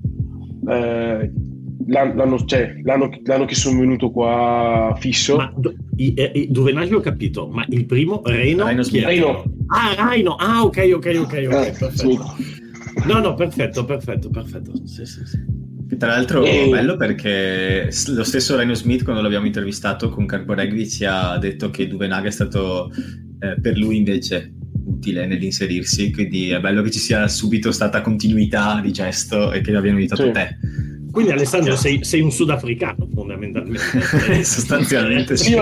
l'anno che sono venuto qua fisso. Ma Duvenage ho capito, ma il primo Reino. Reino. Ok, perfetto. Sì. No, perfetto. Sì. Tra l'altro bello perché lo stesso Rhino Smith, quando l'abbiamo intervistato con Carpo Rugby, ci ha detto che Duvenag è stato per lui invece utile nell'inserirsi, quindi è bello che ci sia subito stata continuità di gesto e che abbiano aiutato te. Quindi Alessandro sei un sudafricano fondamentalmente. Sostanzialmente sì.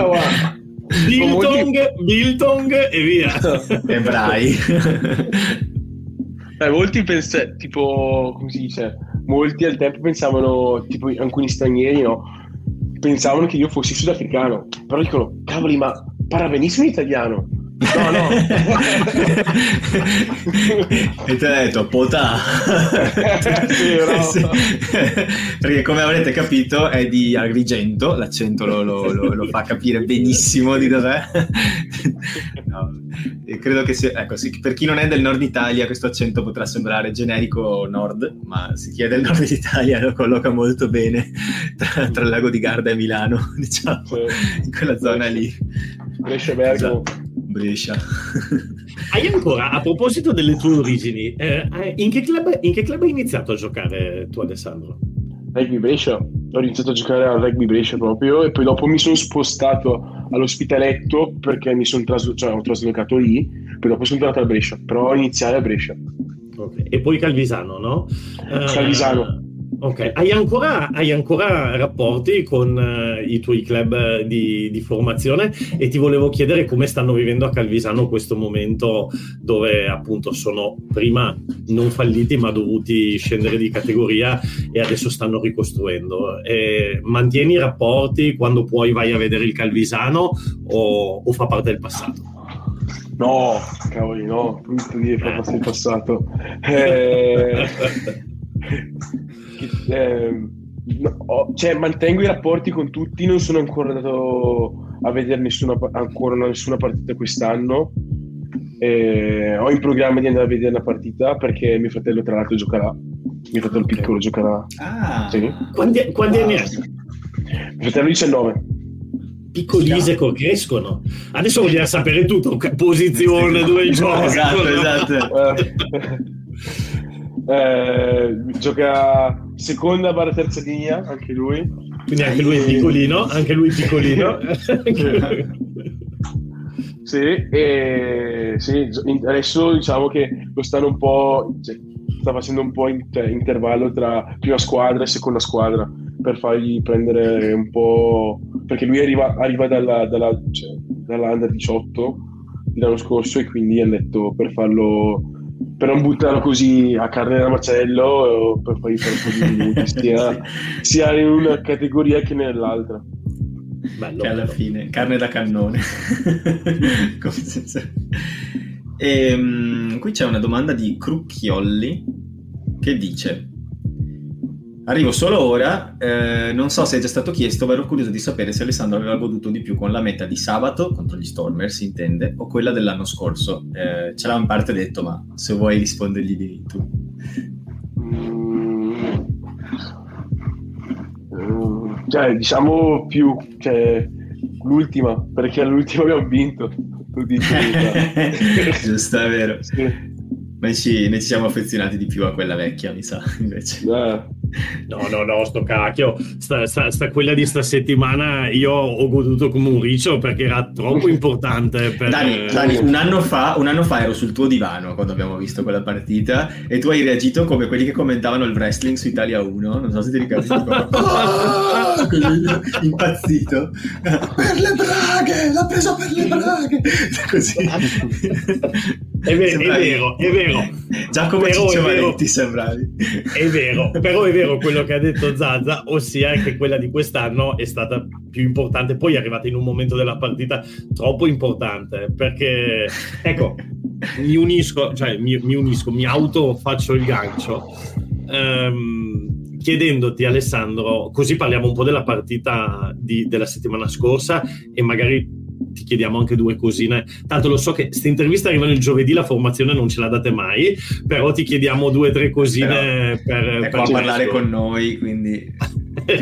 Biltong e via. Ebrai. Molti tipo, come si dice, molti al tempo pensavano, tipo alcuni stranieri, no? Pensavano che io fossi sudafricano, però dicono, cavoli, ma parla benissimo italiano. No. E te l'ha detto Potà. Sì. Perché come avrete capito è di Agrigento, l'accento lo fa capire benissimo di dov'è. No. E credo che sia, ecco, per chi non è del nord Italia questo accento potrà sembrare generico nord, ma chi è del nord Italia lo colloca molto bene tra il lago di Garda e Milano, diciamo, in quella zona lì. Brescia, Bergamo. Brescia. Hai ancora, a proposito delle tue origini, in che club hai iniziato a giocare tu, Alessandro? Rugby Brescia. Ho iniziato a giocare al Rugby Brescia proprio, e poi dopo mi sono spostato all'Ospitaletto perché mi sono ho traslocato lì, poi dopo sono tornato a Brescia, però ho iniziato a Brescia. Okay. E poi Calvisano, no? Calvisano. Ok, hai ancora rapporti con i tuoi club di formazione, e ti volevo chiedere come stanno vivendo a Calvisano questo momento dove appunto sono prima non falliti ma dovuti scendere di categoria e adesso stanno ricostruendo. Mantieni i rapporti? Quando puoi vai a vedere il Calvisano o fa parte del passato? No, cavoli, no, brutto dire fa parte del passato. Mantengo i rapporti con tutti, non sono ancora andato a vedere nessuna partita quest'anno. Ho in programma di andare a vedere una partita perché mio fratello tra l'altro giocherà, mio fratello piccolo giocherà. Sì. Quanti anni ha? Mio fratello 19. Piccolise che crescono. Adesso vogliamo sapere tutto, posizione, dove gioca. Esatto. Gioca seconda/terza linea anche lui, quindi anche lui è piccolino. Sì, e sì, adesso diciamo che lo stanno un po', cioè, sta facendo un po' intervallo tra prima squadra e seconda squadra per fargli prendere un po', perché lui arriva dalla Under 18 l'anno scorso, e quindi hanno detto per farlo, per non buttarlo così a carne da macello, per fargli fare un po' di minuti sia in una categoria che nell'altra. Bello, che alla fine carne da cannone. Qui c'è una domanda di Crucchiolli che dice: arrivo solo ora, non so se è già stato chiesto, ma ero curioso di sapere se Alessandro aveva goduto di più con la meta di sabato contro gli Stormers, si intende, o quella dell'anno scorso. Ce l'ha in parte detto, ma se vuoi rispondergli tu. Cioè, diciamo più, cioè, l'ultima, perché all'ultima abbiamo vinto. Tu dici, giusto, è vero. Sì. Noi ci siamo affezionati di più a quella vecchia, mi sa, invece. No, sto cacchio. Sta quella di sta settimana io ho goduto come un riccio, perché era troppo importante. Dani, un anno fa ero sul tuo divano quando abbiamo visto quella partita, e tu hai reagito come quelli che commentavano il wrestling su Italia 1. Non so se ti ricordi. Impazzito. Per le braghe! L'ha preso per le braghe! Così. È vero. Giacomo Ciccio Maletti sembravi. È vero, però è vero quello che ha detto Zazza, ossia che quella di quest'anno è stata più importante. Poi è arrivata in un momento della partita troppo importante, perché ecco, mi auto faccio il gancio, chiedendoti, Alessandro, così parliamo un po' della partita della settimana scorsa, e magari ti chiediamo anche due cosine. Tanto lo so che queste interviste arrivano il giovedì, la formazione non ce la date mai, però ti chiediamo 2 o 3 cosine per parlare con noi, quindi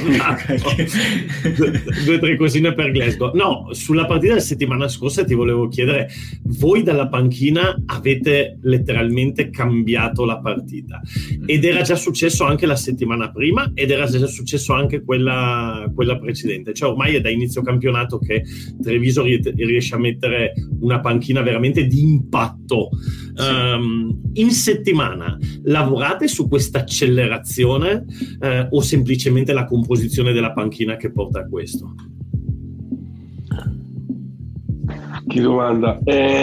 2 o 3 cosine per Glasgow. No, sulla partita della settimana scorsa ti volevo chiedere: voi dalla panchina avete letteralmente cambiato la partita, ed era già successo anche la settimana prima, ed era già successo anche quella precedente, cioè ormai è da inizio campionato che Treviso riesce a mettere una panchina veramente di impatto. In settimana lavorate su questa accelerazione, o semplicemente la composizione della panchina che porta a questo? Che domanda.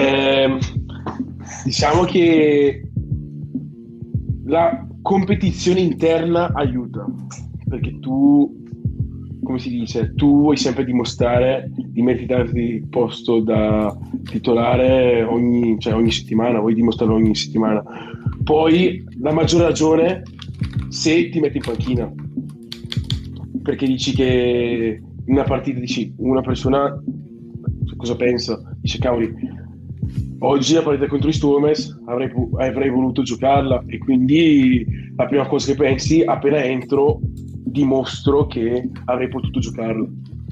Diciamo che la competizione interna aiuta, perché tu, come si dice, tu vuoi sempre dimostrare di meritarti il posto da titolare ogni settimana, vuoi dimostrarlo ogni settimana. Poi la maggior ragione se ti metti in panchina, perché dici che in una partita, dici, una persona cosa pensa? Dice, cavoli, oggi la partita contro i Stormers avrei voluto giocarla, e quindi la prima cosa che pensi appena entro, dimostro che avrei potuto giocarla.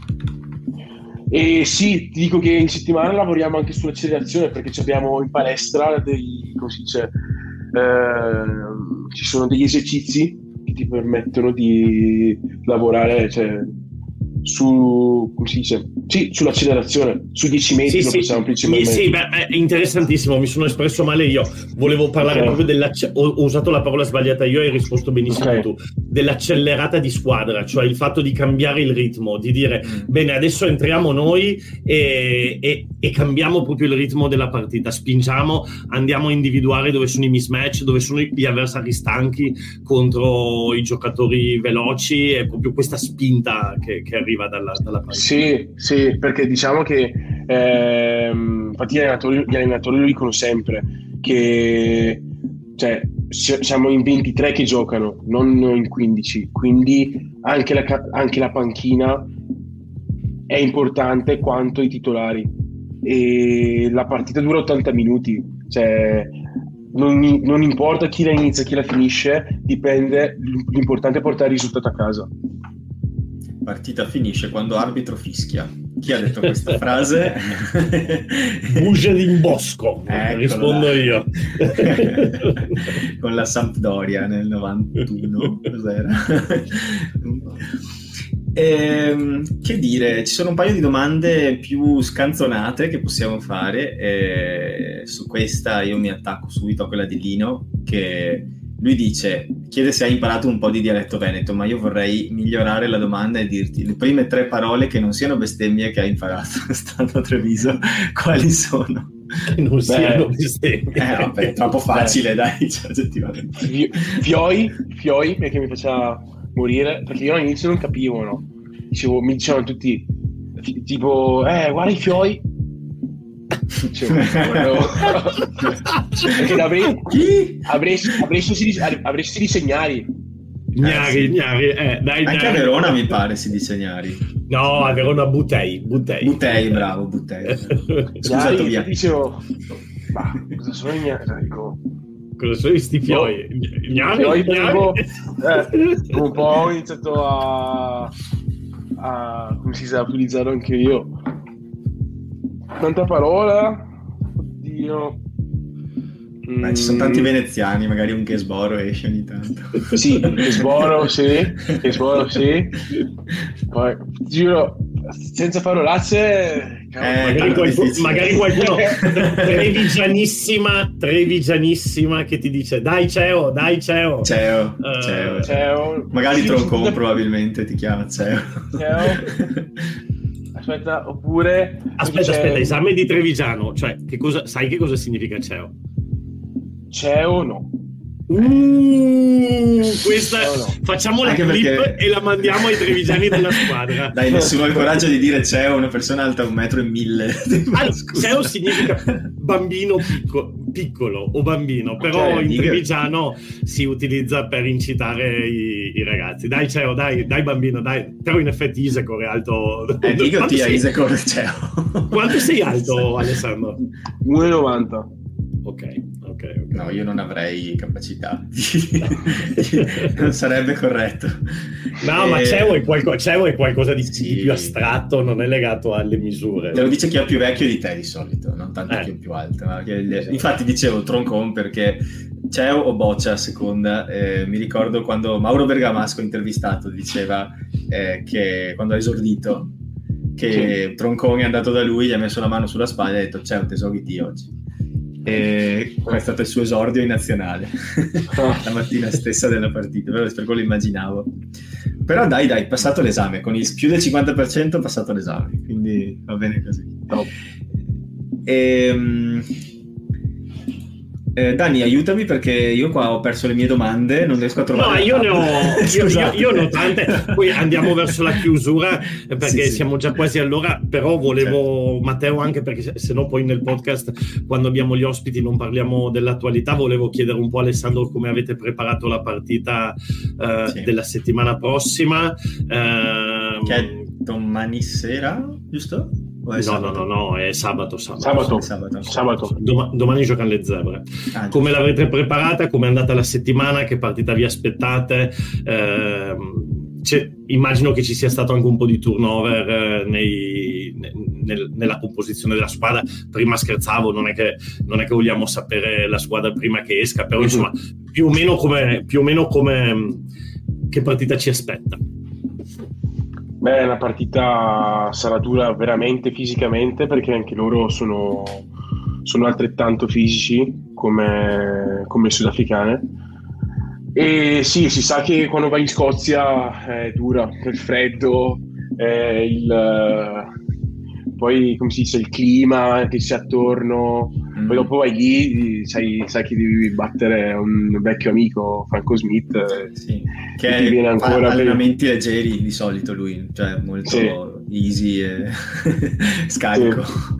E sì, ti dico che in settimana lavoriamo anche sull'accelerazione, perché abbiamo in palestra ci sono degli esercizi che ti permettono di lavorare, cioè, sull'accelerazione, su 10 metri. Possiamo principalmente. Sì, è interessantissimo, mi sono espresso male io, volevo parlare proprio ho usato la parola sbagliata io, hai risposto benissimo tu, dell'accelerata di squadra, cioè il fatto di cambiare il ritmo, di dire bene, adesso entriamo noi e cambiamo proprio il ritmo della partita, spingiamo, andiamo a individuare dove sono i mismatch, dove sono gli avversari stanchi contro i giocatori veloci, è proprio questa spinta che arriva dalla partita. Sì, perché diciamo che infatti gli allenatori lo dicono sempre, che cioè siamo in 23 che giocano, non in 15, quindi anche la panchina è importante quanto i titolari, e la partita dura 80 minuti, cioè non importa chi la inizia, chi la finisce, dipende, l'importante è portare il risultato a casa. Partita finisce quando arbitro fischia. Chi ha detto questa frase? Bujedin Bosco, rispondo io. Con la Sampdoria nel 91, cos'era? Che dire, ci sono un paio di domande più scanzonate che possiamo fare. Su questa io mi attacco subito a quella di Lino, che lui chiede se hai imparato un po' di dialetto veneto, ma io vorrei migliorare la domanda e dirti le prime 3 parole che non siano bestemmie che hai imparato stando a Treviso, quali sono? Non siano bestemmie. Vabbè, troppo facile, dai, cioè, oggettivamente. Fioi, perché mi faceva morire, perché io all'inizio non capivo, no? Mi dicevano tutti, tipo, guarda i fioi. Dicevo, perché avresti di segnari. Gnari, dai. Anche a Verona mi pare si dice gnari. No, a Verona butei. Bravo, butei. Scusa, via. Dicevo, ma cosa sono i gnari? Cosa sono questi fioi? Gnari. Un po' ho iniziato a come si sa utilizzarlo anche io. Tanta parola, oddio. Ci sono tanti veneziani, magari un Chesboro esce ogni tanto. Sì, Chesboro sì. Poi, giuro, senza parolacce, magari qualcuno trevigianissima che ti dice dai Ceo. Magari Troncon probabilmente ti chiama Ceo. Aspetta, oppure esame di trevigiano, cioè sai che cosa significa Ceo? Ceo no. Questa facciamo la clip e la mandiamo ai trevigiani della squadra. Dai, nessuno ha il coraggio di dire Ceo, una persona alta 1,1 m. Ceo significa bambino piccolo o bambino, però in trevigiano si utilizza per incitare i ragazzi. Dai Ceo, dai bambino, dai. Però in effetti Isecor è alto. Dico ti a Isecor Ceo. Quanto sei alto, Alessandro? 1,90. Ok. No, io non avrei capacità. Non sarebbe corretto. No, ma Ceo è qualcosa di più astratto, non è legato alle misure. Te lo dice chi è più vecchio di te di solito, non tanto chi è più alto. Infatti dicevo Troncon perché Ceo o Boccia a seconda. Mi ricordo quando Mauro Bergamasco intervistato diceva che quando ha esordito che Troncon è andato da lui, gli ha messo la mano sulla spalla e ha detto Ceo, te so chi ti oggi. E è stato il suo esordio in nazionale la mattina stessa della partita, per quello immaginavo. Però dai, passato l'esame, con il più del 50% passato l'esame, quindi va bene così. Dani, aiutami perché io qua ho perso le mie domande, non riesco a trovare. No, io ne ho tante. Poi andiamo verso la chiusura perché siamo già quasi all'ora. Però volevo, Matteo, anche perché sennò poi nel podcast, quando abbiamo gli ospiti, non parliamo dell'attualità. Volevo chiedere un po' a Alessandro come avete preparato la partita della settimana prossima. Che è domani sera, giusto? No, è sabato. Domani giocano le Zebre. Come l'avete preparata? Come è andata la settimana? Che partita vi aspettate? Immagino che ci sia stato anche un po' di turnover nella composizione della squadra. Prima scherzavo, non è che vogliamo sapere la squadra prima che esca, però insomma più o meno come che partita ci aspetta? Beh, la partita sarà dura veramente fisicamente perché anche loro sono altrettanto fisici come le sudafricane. E sì, si sa che quando vai in Scozia è dura, il freddo, poi come si dice, il clima che c'è attorno. Poi dopo vai lì, sai che devi battere un vecchio amico, Franco Smith, che viene ancora allenamenti leggeri di solito lui, cioè molto easy e scarico.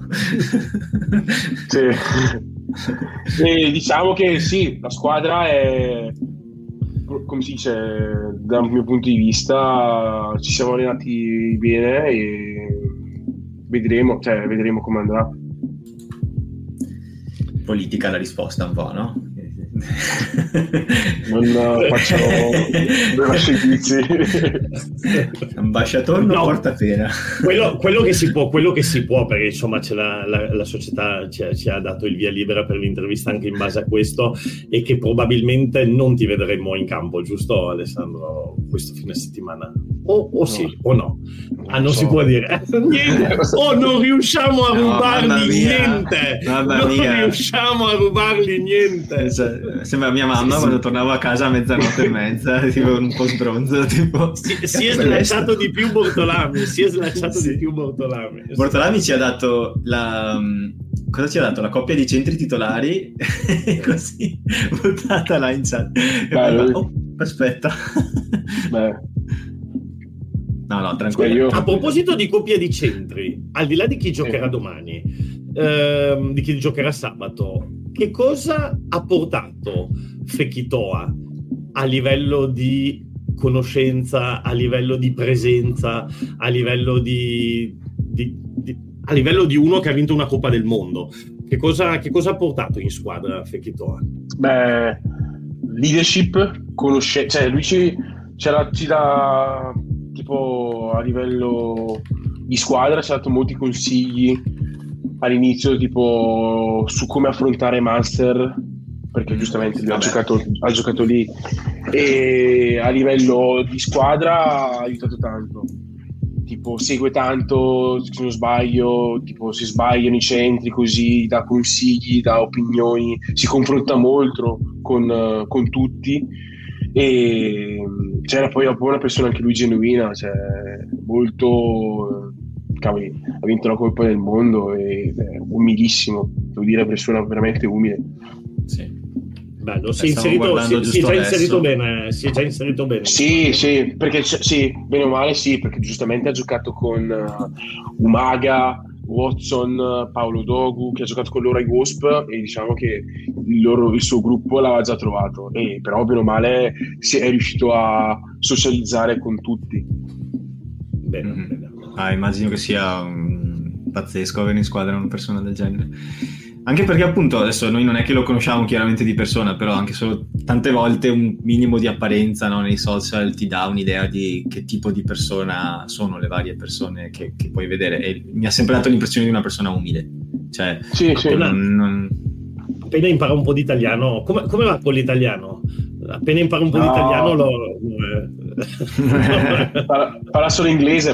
E diciamo che sì, la squadra è, come si dice, dal mio punto di vista ci siamo allenati bene e vedremo come andrà. Politica la risposta un po', no? Non faccio due servizi. Ambasciatore non porta pena. Quello che si può, perché insomma c'è la società ci ha dato il via libera per l'intervista anche in base a questo, e che probabilmente non ti vedremo in campo, giusto Alessandro, questo fine settimana? O sì o no? Non si può dire niente, non riusciamo a rubargli niente, riusciamo a rubargli niente. Sembra mia mamma quando tornavo a casa a mezzanotte e mezza, tipo un po' sbronzo, tipo. Si è slacciato di più Bortolami, di più Bortolami. Bortolami ci ha dato cosa ci ha dato? La coppia di centri titolari così buttata là in chat. Aspetta. No, tranquillo. A proposito di coppia di centri, al di là di chi giocherà domani, di chi giocherà sabato, che cosa ha portato Fekitoa a livello di conoscenza, a livello di presenza, a livello a livello di uno che ha vinto una Coppa del Mondo? Che cosa ha portato in squadra Fekitoa? Leadership, conoscenza, cioè lui ci dà, tipo, a livello di squadra ci ha dato molti consigli all'inizio, tipo su come affrontare Master, perché giustamente lui ha giocato lì, e a livello di squadra ha aiutato tanto, tipo segue tanto, se non sbaglio, tipo se sbagliano i centri così dà consigli, dà opinioni, si confronta molto con tutti, e c'era poi una persona anche lui genuina, cioè molto, cavoli, ha vinto la Coppa del Mondo ed è umilissimo, devo dire, persona veramente umile. Sì. Bello, si è già inserito bene. Sì, perché sì, bene o male sì, perché giustamente ha giocato con Umaga, Watson, Paolo Dogu, che ha giocato con loro ai Wasp, e diciamo che il suo gruppo l'aveva già trovato, e però bene o male è riuscito a socializzare con tutti. Bene. Immagino che sia pazzesco avere in squadra una persona del genere. Anche perché appunto adesso noi non è che lo conosciamo chiaramente di persona, però anche solo tante volte un minimo di apparenza, no, nei social ti dà un'idea di che tipo di persona sono le varie persone che puoi vedere, e mi ha sempre dato l'impressione di una persona umile. Cioè, sì. Appena impara un po' di italiano, come va con l'italiano? Appena impara un po' di italiano parla solo inglese,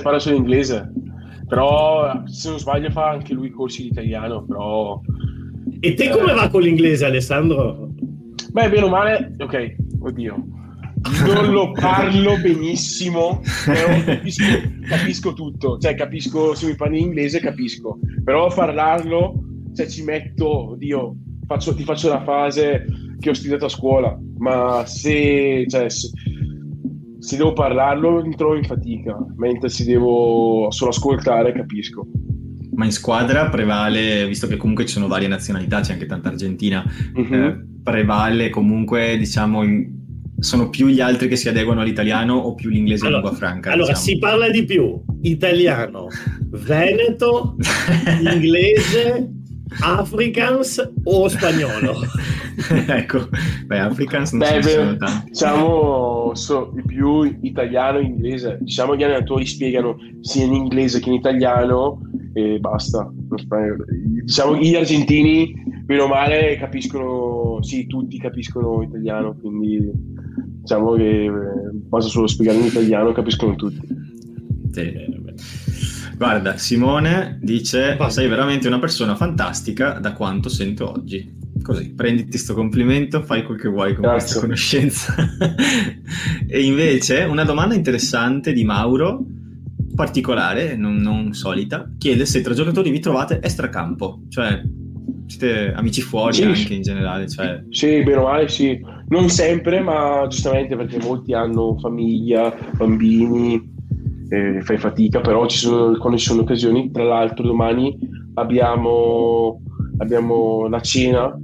però se non sbaglio fa anche lui corsi di italiano, però. E te come va con l'inglese, Alessandro? Bene o male, ok, oddio, non lo parlo benissimo, però capisco tutto, cioè capisco, se mi parli in inglese capisco, però parlarlo, cioè ci metto, oddio, ti faccio la frase che ho studiato a scuola, ma se devo parlarlo mi trovo in fatica, mentre se devo solo ascoltare capisco. Ma in squadra prevale, visto che comunque ci sono varie nazionalità, c'è anche tanta argentina, prevale comunque, diciamo, sono più gli altri che si adeguano all'italiano o più l'inglese lingua franca? Allora, diciamo? Si parla di più italiano, veneto, inglese, Afrikaans o spagnolo? Ecco, Afrikaans non ce ne sono tanti. Diciamo di più italiano e inglese. Diciamo gli allenatori spiegano sia in inglese che in italiano e basta. Diciamo gli argentini, meno male, capiscono, sì, tutti capiscono italiano, quindi diciamo che basta solo spiegare in italiano, capiscono tutti. Sì. Guarda, Simone dice: sei veramente una persona fantastica da quanto sento oggi. Così, prenditi sto complimento, fai quel che vuoi con questa conoscenza. E invece una domanda interessante di Mauro, particolare, non solita, chiede se tra giocatori vi trovate extracampo, cioè siete amici fuori, anche in generale, cioè. Sì, bene o male sì, non sempre, ma giustamente perché molti hanno famiglia, bambini, fai fatica, però quando ci sono occasioni. Tra l'altro domani abbiamo la cena,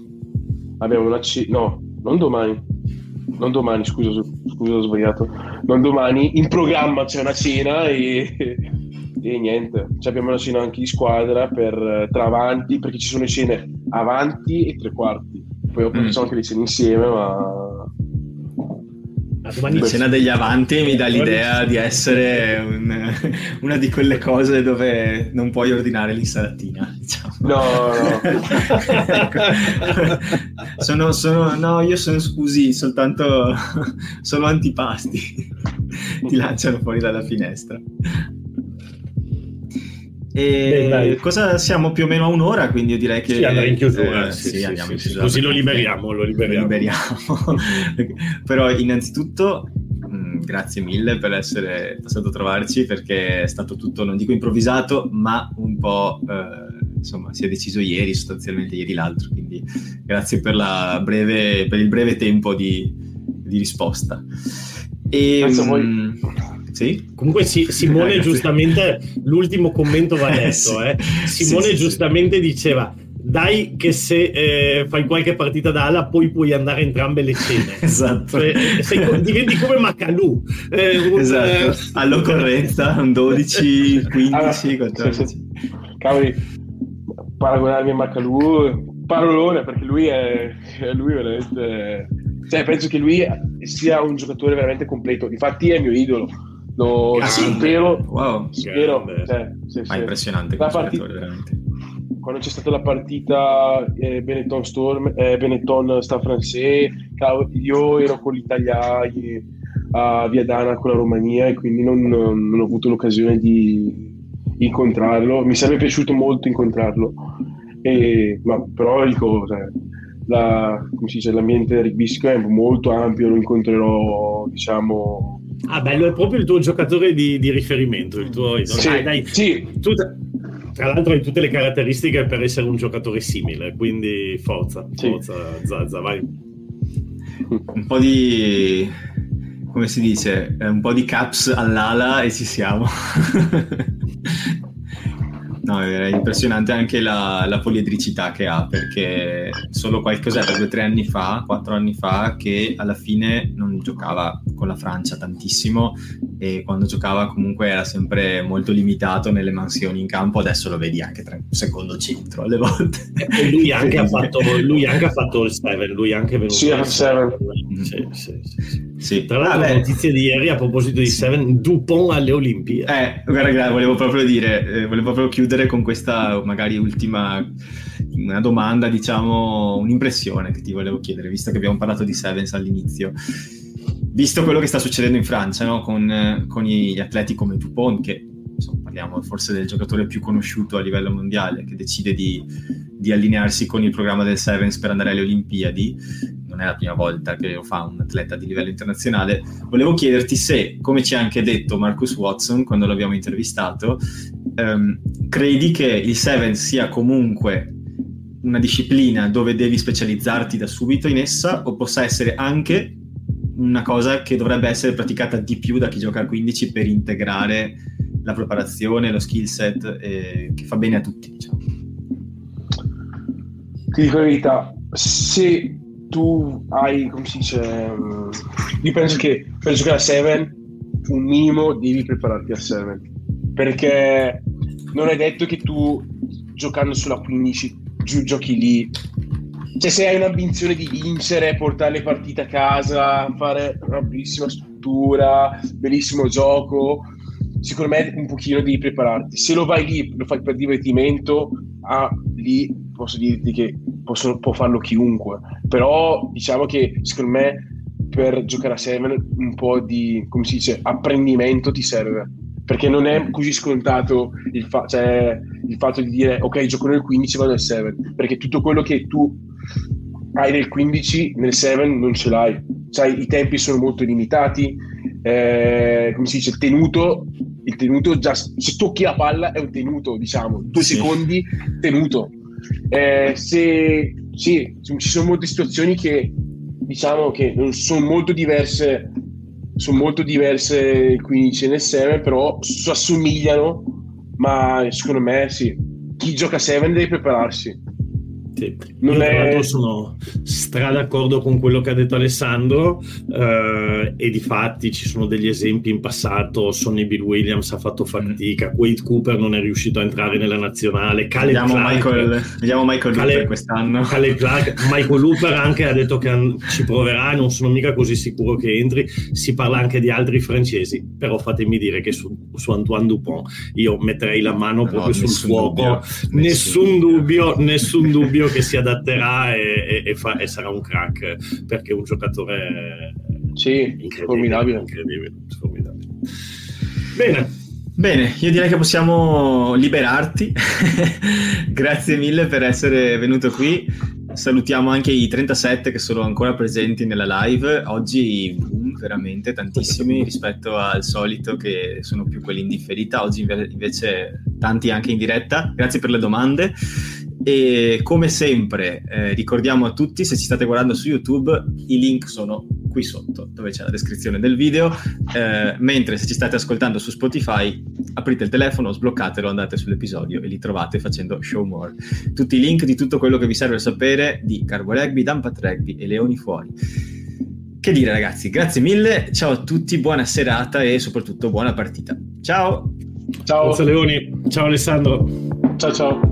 non domani, scusa, ho sbagliato, non domani, in programma c'è una cena e niente, abbiamo una cena anche di squadra tra avanti, perché ci sono le cene avanti e tre quarti, poi facciamo anche le cene insieme, ma la cena degli avanti mi dà l'idea di essere una di quelle cose dove non puoi ordinare l'insalatina, diciamo. No. Io sono, scusi, soltanto solo antipasti. Ti lanciano fuori dalla finestra. E cosa siamo più o meno a un'ora, quindi io direi che sì, andare in chiusura, andiamo in chiusura, così lo liberiamo. Però innanzitutto grazie mille per essere passato a trovarci, perché è stato tutto, non dico improvvisato, ma un po' insomma, si è deciso ieri, sostanzialmente ieri l'altro, quindi grazie per il breve tempo di risposta. Grazie a voi. Sì? Comunque Simone giustamente, l'ultimo commento va detto, Simone giustamente diceva: dai che se fai qualche partita da ala poi puoi andare a entrambe le cene. Esatto. Diventi come Macalù. Esatto. All'occorrenza un 12, 15, 14. Sì. Cavoli, paragonarmi a Macalù, parolone, perché lui veramente, cioè penso che lui sia un giocatore veramente completo, infatti è il mio idolo. Spero. Wow. Spero. Ma impressionante la giocatore, veramente. Quando c'è stata la partita Benetton Stade Français, io ero con l'Italia a Viadana con la Romania, e quindi non ho avuto l'occasione di incontrarlo. Mi sarebbe piaciuto molto incontrarlo, ma però dico, come si dice, l'ambiente rugbyistico è molto ampio, lo incontrerò, diciamo. Bello, è proprio il tuo giocatore di riferimento, il tuo idolo. Sì. Tra l'altro hai tutte le caratteristiche per essere un giocatore simile, quindi forza Zaza, vai. Un po' di, come si dice, un po' di caps all'ala e ci siamo. No, è impressionante anche la poliedricità che ha, perché solo qualcos'era 2 o 3 anni fa, 4 anni fa, che alla fine non giocava con la Francia tantissimo, e quando giocava comunque era sempre molto limitato nelle mansioni in campo. Adesso lo vedi anche tra un secondo centro alle volte. E lui anche ha fatto il 7, lui è anche venuto. Sì, il 7. Sì. Tra l'altro notizie di ieri a proposito di 7, Dupont alle Olimpiadi. Guarda, volevo proprio chiudere con questa magari ultima una domanda, diciamo, un'impressione che ti volevo chiedere, visto che abbiamo parlato di Sevens all'inizio. Visto quello che sta succedendo in Francia, no? con gli atleti come Dupont, che insomma, parliamo forse del giocatore più conosciuto a livello mondiale, che decide di allinearsi con il programma del Sevens per andare alle Olimpiadi. Non è la prima volta che lo fa un atleta di livello internazionale. Volevo chiederti se, come ci ha anche detto Marcus Watson quando l'abbiamo intervistato, credi che il Sevens sia comunque una disciplina dove devi specializzarti da subito in essa, o possa essere anche una cosa che dovrebbe essere praticata di più da chi gioca a 15 per integrare la preparazione, lo skill set, che fa bene a tutti, diciamo. Ti dico la verità, se tu hai, come si dice, io penso che per giocare a 7 un minimo devi prepararti a 7, perché non è detto che tu giocando sulla 15 giochi lì, cioè se hai un'ambizione di vincere, portare le partite a casa, fare una bellissima struttura, bellissimo gioco, secondo me un pochino devi prepararti. Se lo vai lì, lo fai per divertimento, lì posso dirti che può farlo chiunque, però diciamo che secondo me per giocare a 7 un po' di, come si dice, apprendimento ti serve, perché non è così scontato il fatto di dire ok, gioco nel 15, vado nel 7, perché tutto quello che tu hai nel 15 nel 7 non ce l'hai, cioè, i tempi sono molto limitati, come si dice, il tenuto già, se tocchi la palla è un tenuto, diciamo 2 secondi tenuto. Ci sono molte situazioni che diciamo che non sono molto diverse, il 15 nel 7, però si assomigliano, ma secondo me sì, chi gioca a 7 deve prepararsi. Sì. Io tra l'altro sono d'accordo con quello che ha detto Alessandro, e di fatti ci sono degli esempi in passato. Sonny Bill Williams ha fatto fatica, Wade Cooper non è riuscito a entrare nella nazionale, vediamo Michael Hooper quest'anno. Michael Hooper anche ha detto che ci proverà, non sono mica così sicuro che entri. Si parla anche di altri francesi, però fatemi dire che su Antoine Dupont io metterei la mano proprio sul fuoco, nessun dubbio che si adatterà e sarà un crack, perché è un giocatore formidabile. Bene, io direi che possiamo liberarti. Grazie mille per essere venuto qui. Salutiamo anche i 37 che sono ancora presenti nella live. Oggi veramente tantissimi rispetto al solito, che sono più quelli in differita. Oggi invece tanti anche in diretta. Grazie per le domande. E come sempre ricordiamo a tutti, se ci state guardando su YouTube, i link sono qui sotto dove c'è la descrizione del video, mentre se ci state ascoltando su Spotify, aprite il telefono, sbloccatelo, andate sull'episodio e li trovate facendo Show More. Tutti i link di tutto quello che vi serve sapere di Carbo Rugby, Dampat Rugby e Leoni Fuori. Che dire ragazzi, grazie mille, ciao a tutti, buona serata e soprattutto buona partita. Ciao! Ciao Leoni, ciao Alessandro. Ciao.